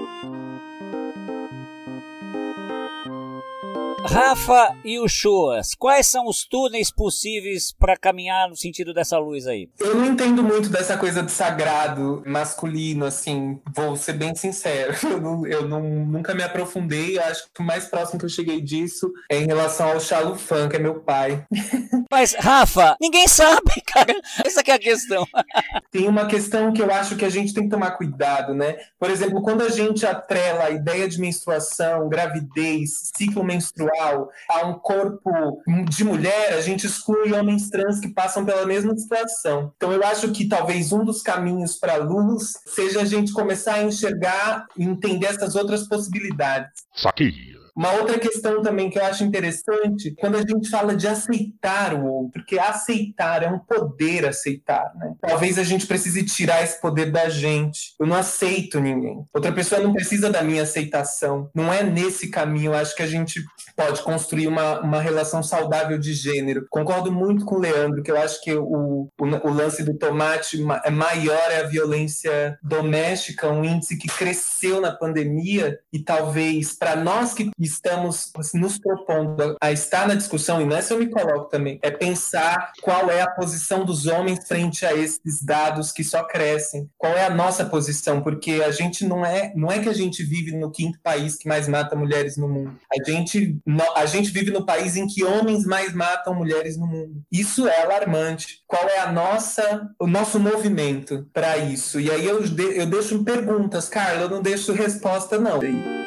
Rafa e o Shoas, quais são os túneis possíveis para caminhar no sentido dessa luz aí? Eu não entendo muito dessa coisa de sagrado masculino, assim, vou ser bem sincero. Eu, não, eu não, nunca me aprofundei, acho que o mais próximo que eu cheguei disso é em relação ao Xalufan, que é meu pai. Mas, Rafa, ninguém sabe, cara. Essa que é a questão. Tem uma questão que eu acho que a gente tem que tomar cuidado, né? Por exemplo, quando a gente atrela a ideia de menstruação, gravidez, ciclo menstrual a um corpo de mulher, a gente exclui homens trans que passam pela mesma situação. Então eu acho que talvez um dos caminhos para a luz seja a gente começar a enxergar e entender essas outras possibilidades. Saquei. Uma outra questão também que eu acho interessante, quando a gente fala de aceitar o outro, porque aceitar é um poder aceitar, né? Talvez a gente precise tirar esse poder da gente. Eu não aceito ninguém. Outra pessoa não precisa da minha aceitação. Não é nesse caminho, eu acho que a gente pode construir uma, uma relação saudável de gênero. Concordo muito com o Leandro, que eu acho que o, o, o lance do tomate é maior, é a violência doméstica, um índice que cresceu na pandemia, e talvez para nós que estamos nos propondo a estar na discussão, e nessa eu me coloco também, é pensar qual é a posição dos homens frente a esses dados que só crescem. Qual é a nossa posição? Porque a gente não é, não é que a gente vive no quinto país que mais mata mulheres no mundo. A gente, a gente vive no país em que homens mais matam mulheres no mundo. Isso é alarmante. Qual é a nossa, o nosso movimento para isso? E aí eu, de, eu deixo perguntas, Carla, eu não deixo resposta, não.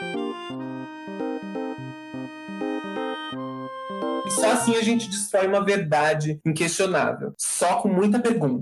E só assim a gente destrói uma verdade inquestionável. Só com muita pergunta.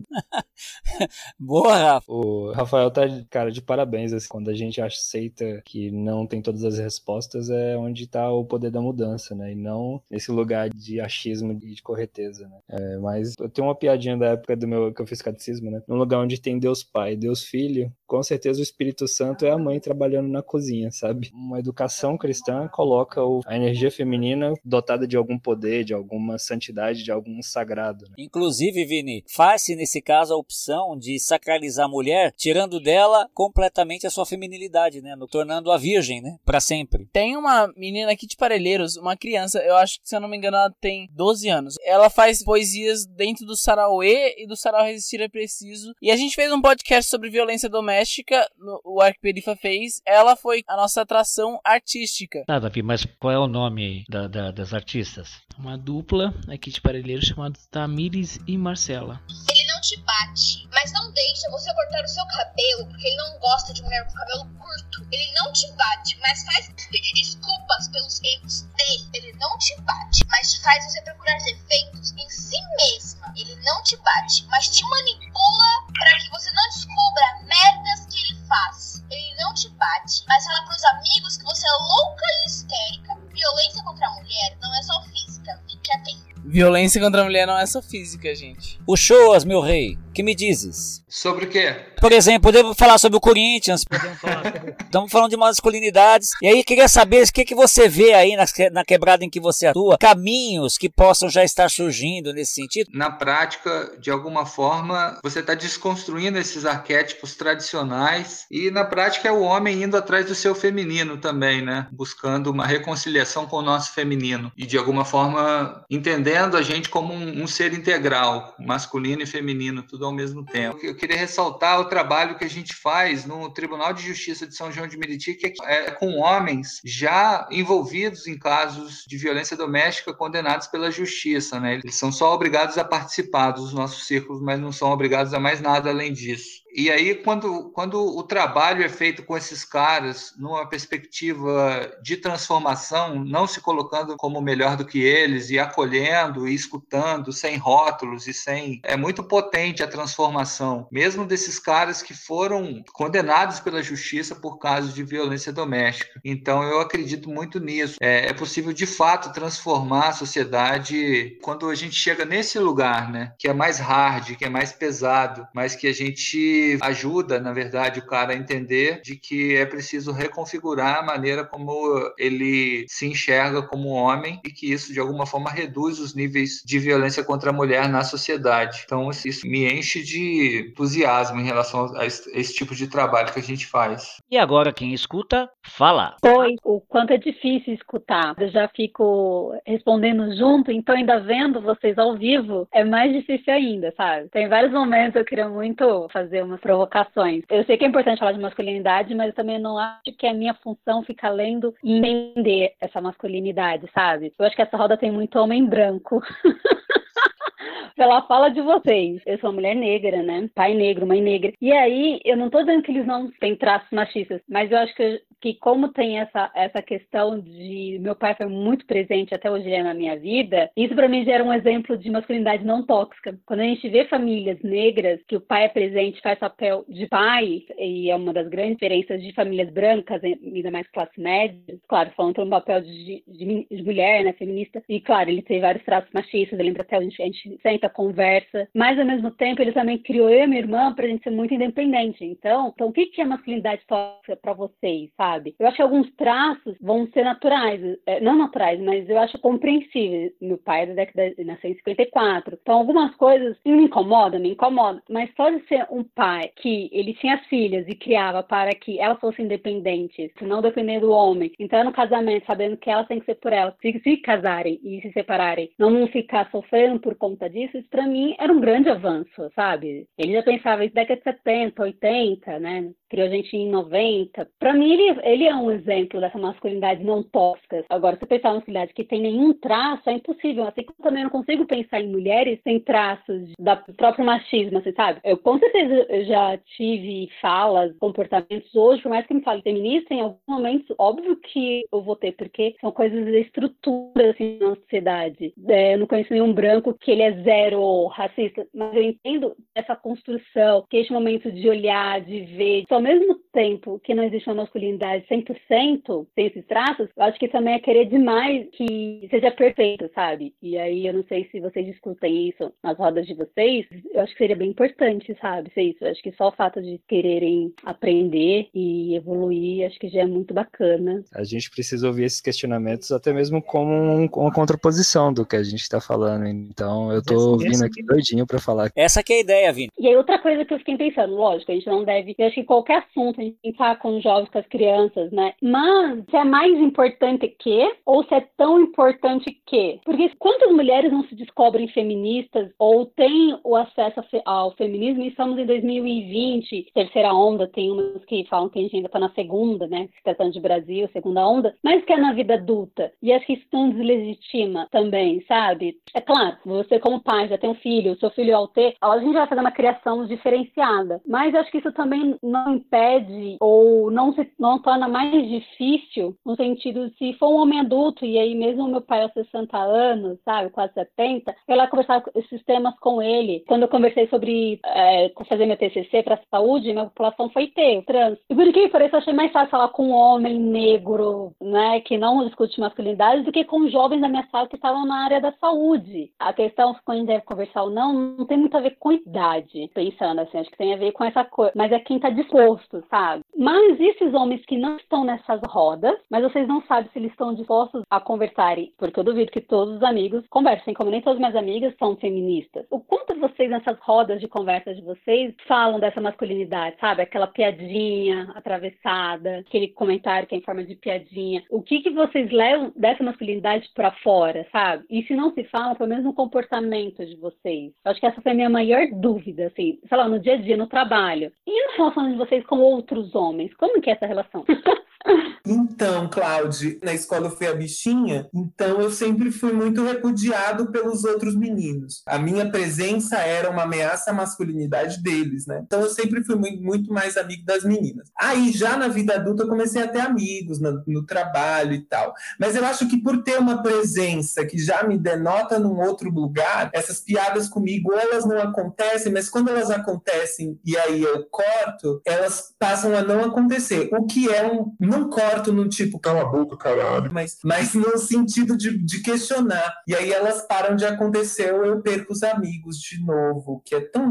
Boa, Rafa. O Rafael tá, cara, de parabéns. Assim, quando a gente aceita que não tem todas as respostas, é onde tá o poder da mudança, né? E não nesse lugar de achismo e de correteza, né? É, mas eu tenho uma piadinha da época do meu, que eu fiz catecismo, né? Num lugar onde tem Deus Pai, Deus Filho, com certeza o Espírito Santo é a mãe trabalhando na cozinha, sabe? Uma educação cristã coloca o, a energia feminina dotada de algum poder, de alguma santidade, de algum sagrado. Né? Inclusive, Vini, faz-se nesse caso a opção de sacralizar a mulher, tirando dela completamente a sua feminilidade, né? No, tornando-a virgem, né? Pra sempre. Tem uma menina aqui de Parelheiros, uma criança, eu acho que, se eu não me engano, ela tem doze anos. Ela faz poesias dentro do Sarauê e do Sarau Resistir é Preciso. E a gente fez um podcast sobre violência doméstica, no, o Arquiperifa fez. Ela foi a nossa atração artística. Tá, Davi, mas qual é o nome da, da, das artistas? Uma dupla aqui de Parelheiros chamada Tamires e Marcela. Ele não te bate, mas não deixa você cortar o seu cabelo, porque ele não gosta de mulher com cabelo curto. Ele não te bate, mas faz você pedir desculpas pelos erros dele. Ele não te bate, mas faz você procurar defeitos em si mesma. Ele não te bate, mas te manipula para que você não descubra merdas que ele faz. Ele não te bate, mas fala pros amigos que você é louca e histérica. Violência contra a mulher não é só física, fique atento. Violência contra a mulher não é só física, gente. O Shoas, meu rei, que me dizes? Sobre o quê? Por exemplo, podemos falar sobre o Corinthians, podemos falar sobre... Estamos falando de masculinidades. E aí, queria saber o que, que você vê aí na, na quebrada em que você atua, caminhos que possam já estar surgindo nesse sentido? Na prática, de alguma forma, você está desconstruindo esses arquétipos tradicionais e, na prática, é o homem indo atrás do seu feminino também, né? Buscando uma reconciliação com o nosso feminino e, de alguma forma, entendendo a gente como um, um ser integral, masculino e feminino, tudo ao mesmo tempo. Eu queria ressaltar o trabalho que a gente faz no Tribunal de Justiça de São João de Meriti, que é com homens já envolvidos em casos de violência doméstica condenados pela justiça, né? Eles são só obrigados a participar dos nossos círculos, mas não são obrigados a mais nada além disso. E aí, quando, quando o trabalho é feito com esses caras numa perspectiva de transformação, não se colocando como melhor do que eles e acolhendo e escutando, sem rótulos e sem... É muito potente a transformação, mesmo desses caras que foram condenados pela justiça por casos de violência doméstica. Então, eu acredito muito nisso. É, é possível, de fato, transformar a sociedade quando a gente chega nesse lugar, né? Que é mais hard, que é mais pesado, mas que a gente ajuda, na verdade, o cara a entender de que é preciso reconfigurar a maneira como ele se enxerga como homem e que isso, de alguma forma, reduz os níveis de violência contra a mulher na sociedade. Então, isso me enche de entusiasmo em relação a esse, a esse tipo de trabalho que a gente faz. E agora, quem escuta, fala. Oi, o quanto é difícil escutar. Eu já fico respondendo junto, então ainda vendo vocês ao vivo, é mais difícil ainda, sabe? Tem vários momentos que eu queria muito fazer uma provocações. Eu sei que é importante falar de masculinidade, mas eu também não acho que é a minha função ficar lendo e entender essa masculinidade, sabe? Eu acho que essa roda tem muito homem branco. Pela fala de vocês. Eu sou uma mulher negra, né? Pai negro, mãe negra. E aí, eu não tô dizendo que eles não têm traços machistas, mas eu acho que, que como tem essa, essa questão de... Meu pai foi muito presente, até hoje ele é na minha vida, isso pra mim gera um exemplo de masculinidade não tóxica. Quando a gente vê famílias negras, que o pai é presente, faz papel de pai, e é uma das grandes diferenças de famílias brancas, ainda mais classe média, claro, falando por um papel de, de, de mulher, né, feminista, e claro, ele tem vários traços machistas, eu lembro até a gente, a gente senta, conversa, mas ao mesmo tempo ele também criou eu e minha irmã pra gente ser muito independente. Então, então o que que é masculinidade tóxica pra vocês, sabe? sabe? Eu acho que alguns traços vão ser naturais, é, não naturais, mas eu acho compreensíveis. Meu pai é da década de nasceu em cinquenta e quatro, então algumas coisas me incomodam, me incomodam, mas só de ser um pai que ele tinha filhas e criava para que elas fossem independentes, não depender do homem, entrar no casamento sabendo que elas têm que ser por elas, se, se casarem e se separarem, não ficar sofrendo por conta disso, isso pra mim era um grande avanço, sabe? Ele já pensava isso na década de setenta, oitenta, né? Criou a gente em noventa. Pra mim, ele, ele é um exemplo dessa masculinidade não tóxica. Agora, se pensar numa masculinidade que tem nenhum traço, é impossível. Assim como eu também não consigo pensar em mulheres sem traços da próprio machismo, assim, sabe? Eu, com certeza, eu já tive falas, comportamentos hoje, por mais que me fale feminista, em alguns momentos, óbvio que eu vou ter, porque são coisas de estrutura, assim, na sociedade. É, eu não conheço nenhum branco que ele é zero racista, mas eu entendo essa construção, que este momento de olhar, de ver, ao mesmo tempo que não existe uma masculinidade cem por cento sem esses traços, eu acho que também é querer demais que seja perfeito, sabe? E aí eu não sei se vocês discutem isso nas rodas de vocês, eu acho que seria bem importante, sabe? Ser isso. Eu acho que só o fato de quererem aprender e evoluir, acho que já é muito bacana. A gente precisa ouvir esses questionamentos até mesmo como um, uma contraposição do que a gente está falando. Então eu tô vindo aqui doidinho para falar. Essa que é a ideia, Vini. E aí outra coisa que eu fiquei pensando, lógico, a gente não deve, eu acho que qualquer assunto a gente tem que falar com os jovens, com as crianças, né? Mas se é mais importante que, ou se é tão importante que? Porque quantas mulheres não se descobrem feministas ou têm o acesso ao feminismo, e estamos em dois mil e vinte, terceira onda, tem umas que falam que a gente ainda está na segunda, né? Se tratando de Brasil, segunda onda, mas que é na vida adulta. E acho que isso não deslegitima também, sabe? É claro, você como pai já tem um filho, o seu filho ao ter, a gente vai fazer uma criação diferenciada, mas acho que isso também não impede ou não se não torna mais difícil no sentido de se for um homem adulto, e aí mesmo meu pai aos sessenta anos, sabe, quase setenta, eu lá conversar esses temas com ele. Quando eu conversei sobre é, fazer meu T C C para saúde, minha população foi ter, trans. E por que por isso eu achei mais fácil falar com um homem negro, né, que não discute masculinidade, do que com jovens da minha sala que estavam na área da saúde. A questão se a gente deve conversar ou não, não tem muito a ver com idade, pensando assim, acho que tem a ver com essa coisa, mas é quem tá disposto, sabe? Mas esses homens que não estão nessas rodas, mas vocês não sabem se eles estão dispostos a conversarem, porque eu duvido que todos os amigos conversem, como nem todas as minhas amigas são feministas. O quanto vocês, nessas rodas de conversa de vocês, falam dessa masculinidade, sabe? Aquela piadinha atravessada, aquele comentário que é em forma de piadinha. O que que vocês levam dessa masculinidade pra fora, sabe? E se não se fala, pelo menos no comportamento de vocês. Eu acho que essa foi a minha maior dúvida, assim, sei lá, no dia a dia, no trabalho. E na relação de vocês com outros homens, como que é essa relação? Então, Cláudia, na escola eu fui a bichinha, então eu sempre fui muito repudiado pelos outros meninos. A minha presença era uma ameaça à masculinidade deles, né? Então eu sempre fui muito, muito mais amigo das meninas. Aí já na vida adulta eu comecei a ter amigos no, no trabalho e tal. Mas eu acho que por ter uma presença que já me denota num outro lugar, essas piadas comigo, elas não acontecem, mas quando elas acontecem e aí eu corto, elas passam a não acontecer. O que é um... Não corto no tipo, cala a boca, caralho. Mas, mas no sentido de, de questionar. E aí elas param de acontecer ou eu perco os amigos de novo. Que é tão...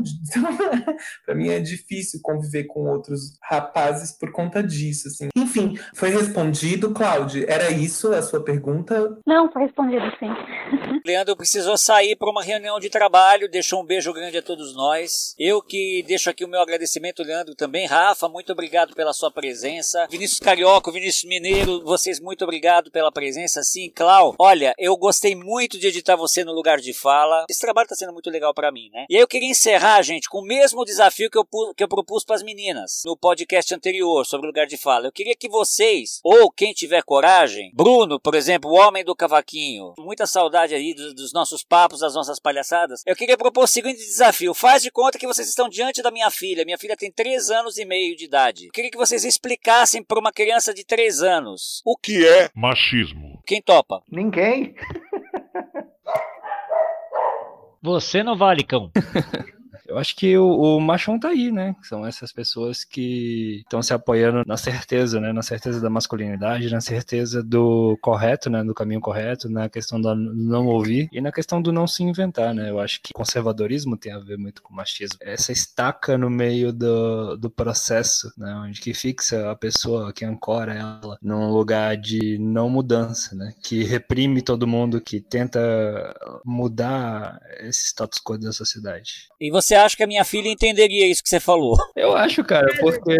Pra mim é difícil conviver com outros rapazes por conta disso, assim. Enfim, foi respondido, Cláudia? Era isso a sua pergunta? Não, foi respondido, sim. Leandro precisou sair para uma reunião de trabalho, deixou um beijo grande a todos nós. Eu que deixo aqui o meu agradecimento, Leandro, também. Rafa, muito obrigado pela sua presença. Vinícius Carioca, Vinícius Mineiro, vocês muito obrigado pela presença. Sim, Clau, olha, eu gostei muito de editar você no lugar de fala. Esse trabalho tá sendo muito legal para mim, né? E aí eu queria encerrar, gente, com o mesmo desafio que eu, que eu propus para as meninas no podcast anterior sobre o lugar de fala. Eu queria que vocês, ou quem tiver coragem, Bruno, por exemplo, o homem do cavaquinho, muita saudade aí dos, dos nossos papos, das nossas palhaçadas, eu queria propor o seguinte desafio. Faz de conta que vocês estão diante da minha filha. Minha filha tem três anos e meio de idade. Eu queria que vocês explicassem para uma criança de três anos o que é machismo. Quem topa? Ninguém. Você não vale, cão. Eu acho que o, o machão tá aí, né? São essas pessoas que estão se apoiando na certeza, né? Na certeza da masculinidade, na certeza do correto, né? Do caminho correto, na questão do não ouvir e na questão do não se inventar, né? Eu acho que conservadorismo tem a ver muito com machismo. Essa estaca no meio do, do processo, né? Onde que fixa a pessoa, que ancora ela num lugar de não mudança, né? Que reprime todo mundo, que tenta mudar esse status quo da sociedade. E você acha que a minha filha entenderia isso que você falou? Eu acho, cara, porque...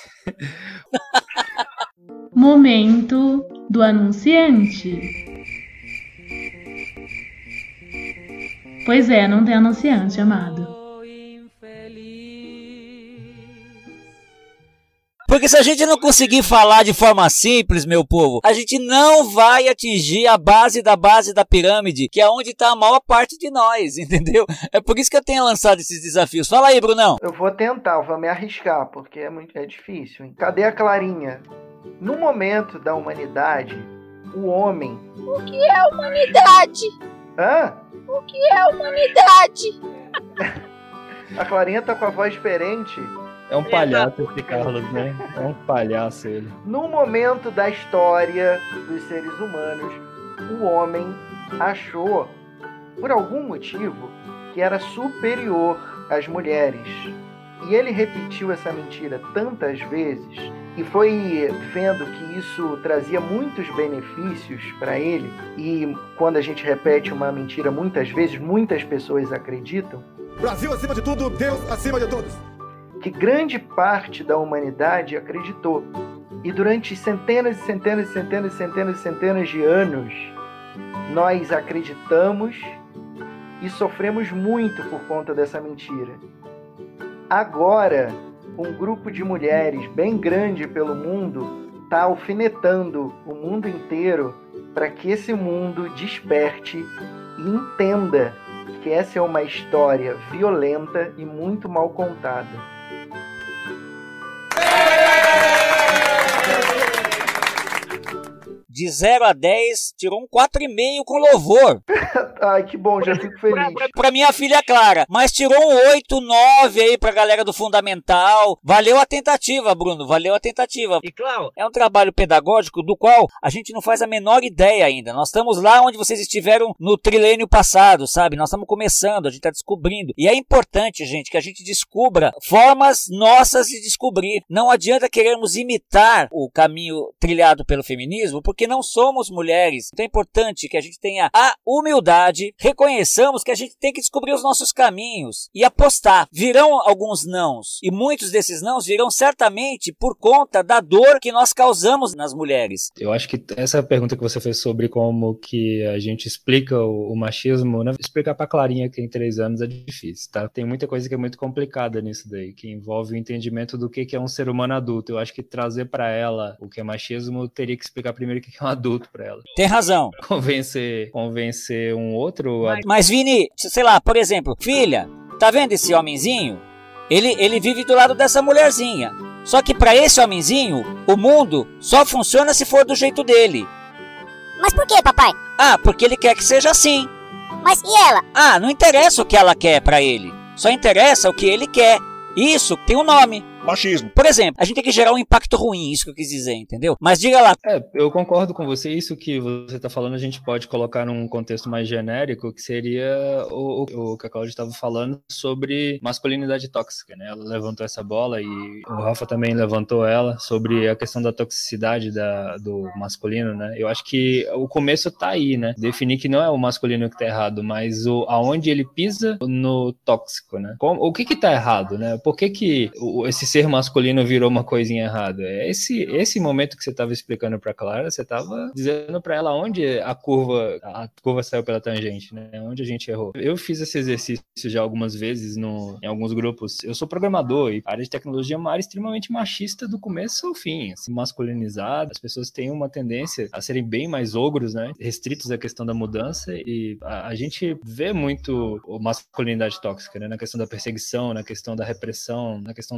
Momento do anunciante. Pois é, não tem anunciante, amado. Porque se a gente não conseguir falar de forma simples, meu povo, a gente não vai atingir a base da base da pirâmide, que é onde está a maior parte de nós, entendeu? É por isso que eu tenho lançado esses desafios. Fala aí, Brunão. Eu vou tentar, eu vou me arriscar, porque é muito é difícil, hein? Cadê a Clarinha? No momento da humanidade, o homem... O que é humanidade? Hã? O que é humanidade? A Clarinha tá com a voz diferente. É um palhaço esse Carlos, né? É um palhaço ele. No momento da história dos seres humanos, o homem achou, por algum motivo, que era superior às mulheres. E ele repetiu essa mentira tantas vezes e foi vendo que isso trazia muitos benefícios para ele. E quando a gente repete uma mentira muitas vezes, muitas pessoas acreditam. Brasil acima de tudo, Deus acima de todos. Que grande parte da humanidade acreditou. E durante centenas e centenas e centenas e centenas e centenas de anos, nós acreditamos e sofremos muito por conta dessa mentira. Agora, um grupo de mulheres bem grande pelo mundo está alfinetando o mundo inteiro para que esse mundo desperte e entenda que essa é uma história violenta e muito mal contada. De zero a dez, tirou um quatro e meio com louvor. Ai, que bom, já fico feliz. Pra, pra minha filha Clara. Mas tirou um oito, nove aí pra galera do Fundamental. Valeu a tentativa, Bruno. Valeu a tentativa. E claro, é um trabalho pedagógico do qual a gente não faz a menor ideia ainda. Nós estamos lá onde vocês estiveram no trilênio passado, sabe? Nós estamos começando, a gente tá descobrindo. E é importante, gente, que a gente descubra formas nossas de descobrir. Não adianta querermos imitar o caminho trilhado pelo feminismo, porque não somos mulheres. Então é importante que a gente tenha a humildade, reconheçamos que a gente tem que descobrir os nossos caminhos e apostar. Virão alguns nãos, e muitos desses nãos virão certamente por conta da dor que nós causamos nas mulheres. Eu acho que essa pergunta que você fez sobre como que a gente explica o, o machismo, né? Explicar pra Clarinha que tem três anos é difícil, tá? Tem muita coisa que é muito complicada nisso daí, que envolve o entendimento do que é um ser humano adulto. Eu acho que trazer pra ela o que é machismo, eu teria que explicar primeiro o que é um adulto pra ela. Tem razão. Convencer, convencer um outro... Mas, mas Vini, sei lá, por exemplo, filha, tá vendo esse homenzinho? Ele, ele vive do lado dessa mulherzinha. Só que pra esse homenzinho, o mundo só funciona se for do jeito dele. Mas por que, papai? Ah, porque ele quer que seja assim. Mas e ela? Ah, não interessa o que ela quer pra ele. Só interessa o que ele quer. Isso tem um nome. Machismo. Por exemplo, a gente tem que gerar um impacto ruim, isso que eu quis dizer, entendeu? Mas diga lá. É, eu concordo com você. Isso que você tá falando, a gente pode colocar num contexto mais genérico, que seria o, o, o que a Cláudia estava falando sobre masculinidade tóxica, né? Ela levantou essa bola e o Rafa também levantou ela sobre a questão da toxicidade da, do masculino, né? Eu acho que o começo tá aí, né? Definir que não é o masculino que tá errado, mas o, aonde ele pisa no tóxico, né? Como, o que que tá errado, né? Por que que o, esse ser masculino virou uma coisinha errada? É esse, esse momento que você estava explicando para Clara, você estava dizendo para ela onde a curva a curva saiu pela tangente, né? Onde a gente errou. Eu fiz esse exercício já algumas vezes no, em alguns grupos. Eu sou programador e a área de tecnologia é uma área extremamente machista do começo ao fim, assim, masculinizada. As pessoas têm uma tendência a serem bem mais ogros, né? Restritos à questão da mudança, e a, a gente vê muito a masculinidade tóxica, né? Na questão da perseguição, na questão da repressão, na questão da desautorização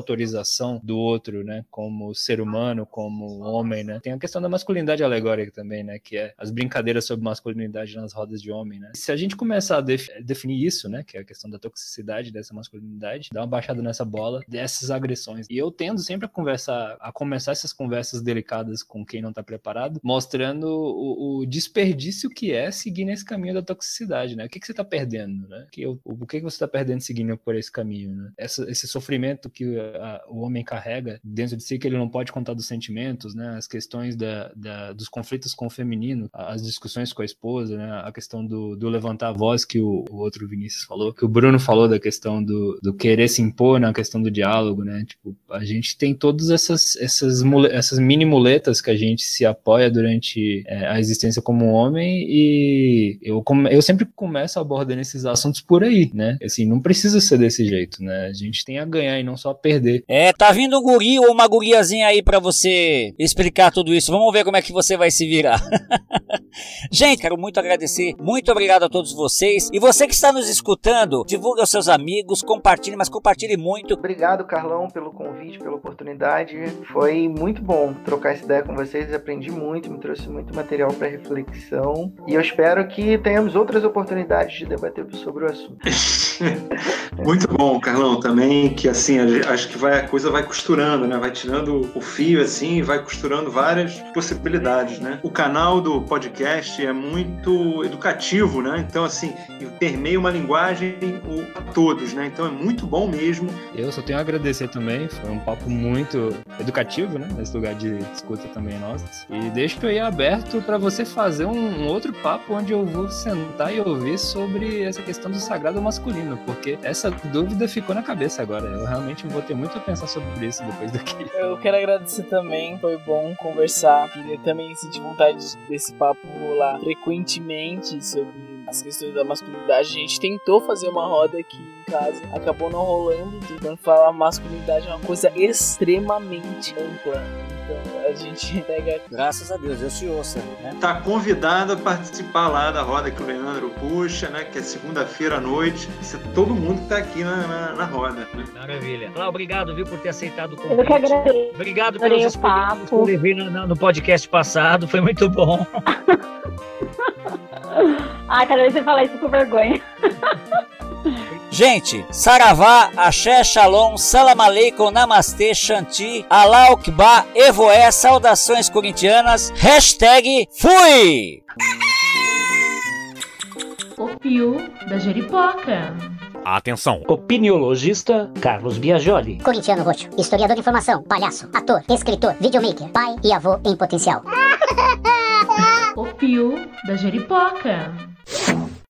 autorização do outro, né, como ser humano, como homem, né. Tem a questão da masculinidade alegórica também, né, que é as brincadeiras sobre masculinidade nas rodas de homem, né. Se a gente começar a def- definir isso, né, que é a questão da toxicidade dessa masculinidade, dá uma baixada nessa bola dessas agressões. E eu tendo sempre a conversar, a começar essas conversas delicadas com quem não tá preparado, mostrando o, o desperdício que é seguir nesse caminho da toxicidade, né. O que, que você tá perdendo, né? Que, o, o que, que você tá perdendo seguindo por esse caminho, né? Essa, esse sofrimento que a, o homem carrega dentro de si, que ele não pode contar dos sentimentos, né? As questões da, da, dos conflitos com o feminino, as discussões com a esposa, né? A questão do, do levantar a voz que o, o outro Vinícius falou, que o Bruno falou da questão do, do querer se impor na questão do diálogo, né? Tipo, a gente tem todas essas, essas, mule, essas mini muletas que a gente se apoia durante é, a existência como homem, e eu, eu sempre começo abordando esses assuntos por aí, né? Assim, não precisa ser desse jeito, né? A gente tem a ganhar e não só a perder. É, tá vindo um guri ou uma guriazinha aí pra você explicar tudo isso. Vamos ver como é que você vai se virar. Gente, quero muito agradecer. Muito obrigado a todos vocês. E você que está nos escutando, divulgue aos seus amigos, compartilhe, mas compartilhe muito. Obrigado, Carlão, pelo convite, pela oportunidade. Foi muito bom trocar essa ideia com vocês. Aprendi muito, me trouxe muito material para reflexão. E eu espero que tenhamos outras oportunidades de debater sobre o assunto. Muito bom, Carlão, também, que assim, acho que vai, a coisa vai costurando, né? Vai tirando o fio, assim, e vai costurando várias possibilidades, né? O canal do podcast é muito educativo, né? Então, assim, permeia uma linguagem a todos, né? Então é muito bom mesmo. Eu só tenho a agradecer também, foi um papo muito educativo, né? Nesse lugar de escuta também nosso. E deixo eu ir aberto para você fazer um, um outro papo onde eu vou sentar e ouvir sobre essa questão do sagrado masculino, porque essa dúvida ficou na cabeça agora. Eu realmente vou ter muito a pensar sobre isso depois daqui. Eu quero agradecer também, foi bom conversar. Queria também sentir vontade desse papo rolar frequentemente sobre as questões da masculinidade. A gente tentou fazer uma roda aqui em casa, acabou não rolando. Tentando falar masculinidade é uma coisa extremamente ampla. Então a gente pega... Graças a Deus, Deus te ouça, né? Tá convidado a participar lá da roda que o Leandro puxa, né? Que é segunda-feira à noite. Isso é todo mundo que tá aqui na, na, na roda, né? Maravilha. Lá, obrigado, viu, por ter aceitado o convite. Eu que agradeço. Obrigado pelos experiências que eu levei no, no podcast passado. Foi muito bom. Ai, cada vez você fala isso com vergonha. Gente, Saravá, Axé, Shalom, Salam Aleikum, Namastê, Shanti, Allah Akbar, Evoé, saudações corintianas, hashtag fui! O Pio da Jeripoca. Atenção! Opiniologista Carlos Biagioli. Corintiano roxo, historiador de informação, palhaço, ator, escritor, videomaker, pai e avô em potencial. O Pio da Jeripoca.